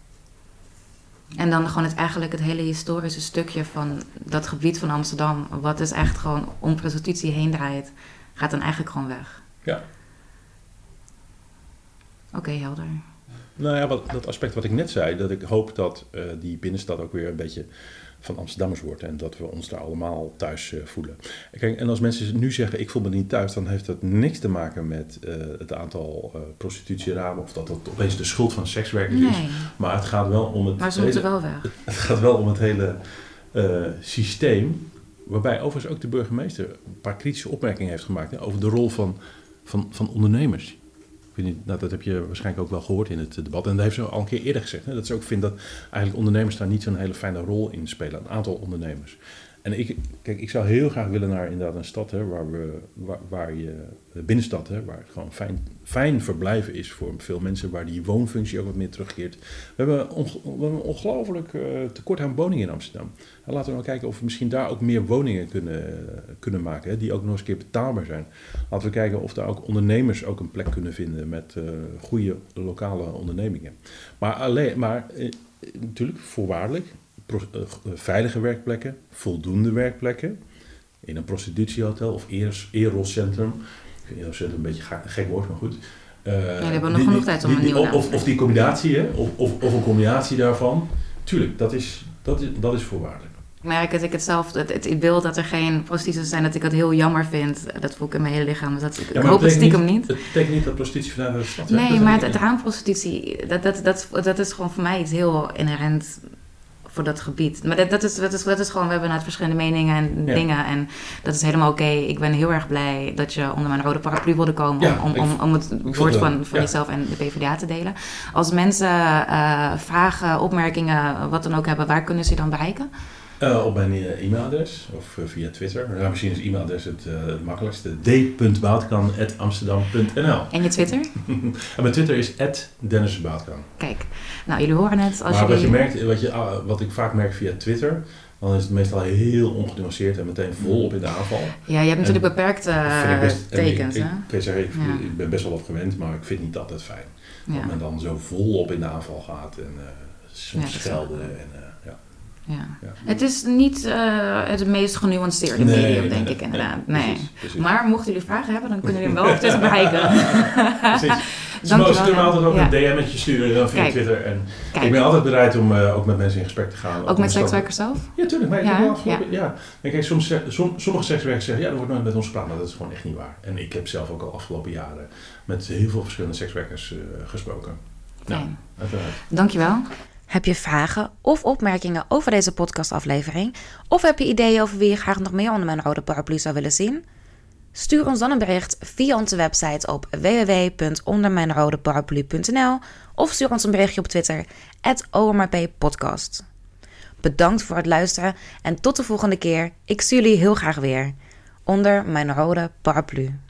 En dan gewoon het hele historische stukje van dat gebied van Amsterdam, wat dus echt gewoon om prostitutie heen draait, gaat dan eigenlijk gewoon weg. Ja. Oké, helder. Nou ja, dat aspect wat ik net zei, dat ik hoop dat die binnenstad ook weer een beetje van Amsterdammers wordt en dat we ons daar allemaal thuis voelen. Kijk, en als mensen nu zeggen, ik voel me niet thuis, dan heeft dat niks te maken met het aantal prostitutieramen of dat opeens de schuld van sekswerkers is. Maar het gaat wel om het... Maar ze moeten wel weg. Het gaat wel om het hele systeem, waarbij overigens ook de burgemeester een paar kritische opmerkingen heeft gemaakt over de rol van ondernemers. Dat heb je waarschijnlijk ook wel gehoord in het debat. En dat heeft ze al een keer eerder gezegd. Hè, dat ze ook vindt dat eigenlijk ondernemers daar niet zo'n hele fijne rol in spelen. Een aantal ondernemers. En ik zou heel graag willen naar inderdaad een stad, hè, waar je binnenstad, hè, waar het gewoon fijn verblijven is voor veel mensen, waar die woonfunctie ook wat meer terugkeert. We hebben een ongelooflijk tekort aan woningen in Amsterdam. En laten we nou kijken of we misschien daar ook meer woningen kunnen maken, hè, die ook nog eens een keer betaalbaar zijn. Laten we kijken of daar ook ondernemers ook een plek kunnen vinden met goede lokale ondernemingen. Maar natuurlijk voorwaardelijk. Veilige werkplekken, voldoende werkplekken. In een prostitutiehotel of eroscentrum. Ik vind eroscentrum een beetje een gek woord, maar goed. We hebben nog genoeg tijd om een nieuwe naam te of die combinatie, hè? Of een combinatie daarvan. Tuurlijk, dat is voorwaardelijk. Ik merk dat ik het zelf, het beeld dat er geen prostituties zijn, dat ik het heel jammer vind. Dat voel ik in mijn hele lichaam. Dus ik hoop het stiekem niet. Het betekent niet dat prostitutie vanuit de stad... Nee, maar het raamprostitutie, dat is gewoon voor mij iets heel inherent voor dat gebied. Maar dat is gewoon, we hebben net verschillende meningen en dingen. En dat is helemaal oké. Ik ben heel erg blij dat je onder mijn rode paraplu wilde komen om het woord van jezelf en de PvdA te delen. Als mensen vragen, opmerkingen, wat dan ook hebben, waar kunnen ze je dan bereiken? Op mijn e-mailadres of via Twitter. Nou, misschien is e-mailadres het makkelijkste. d.boutkan@amsterdam.nl. En je Twitter? En mijn Twitter is @DennisBoutkan. Kijk, nou jullie horen het. Wat ik vaak merk via Twitter, dan is het meestal heel ongenuanceerd en meteen volop in de aanval. Ja, je hebt natuurlijk beperkte tekens. Ik ben best wel wat gewend, maar ik vind het niet altijd fijn. Dat men dan zo volop in de aanval gaat en soms schelden Ja. Het is niet het meest genuanceerde medium, denk ik inderdaad. Nee. Precies. Maar mochten jullie vragen hebben, dan kunnen jullie hem wel op Twitter bereiken. Precies. Ze kunnen altijd ook een DM'tje sturen via Twitter. En ik ben altijd bereid om ook met mensen in gesprek te gaan. Ook met sekswerkers zelf? Ja, tuurlijk. Maar En kijk, sommige sekswerkers zeggen, er wordt nooit met ons gepraat. Maar dat is gewoon echt niet waar. En ik heb zelf ook al afgelopen jaren met heel veel verschillende sekswerkers gesproken. Fijn. Uiteraard. Dankjewel. Heb je vragen of opmerkingen over deze podcastaflevering? Of heb je ideeën over wie je graag nog meer onder mijn rode paraplu zou willen zien? Stuur ons dan een bericht via onze website op www.ondermijnrodeparaplu.nl of stuur ons een berichtje op Twitter @omrppodcast. Bedankt voor het luisteren en tot de volgende keer. Ik zie jullie heel graag weer onder mijn rode paraplu.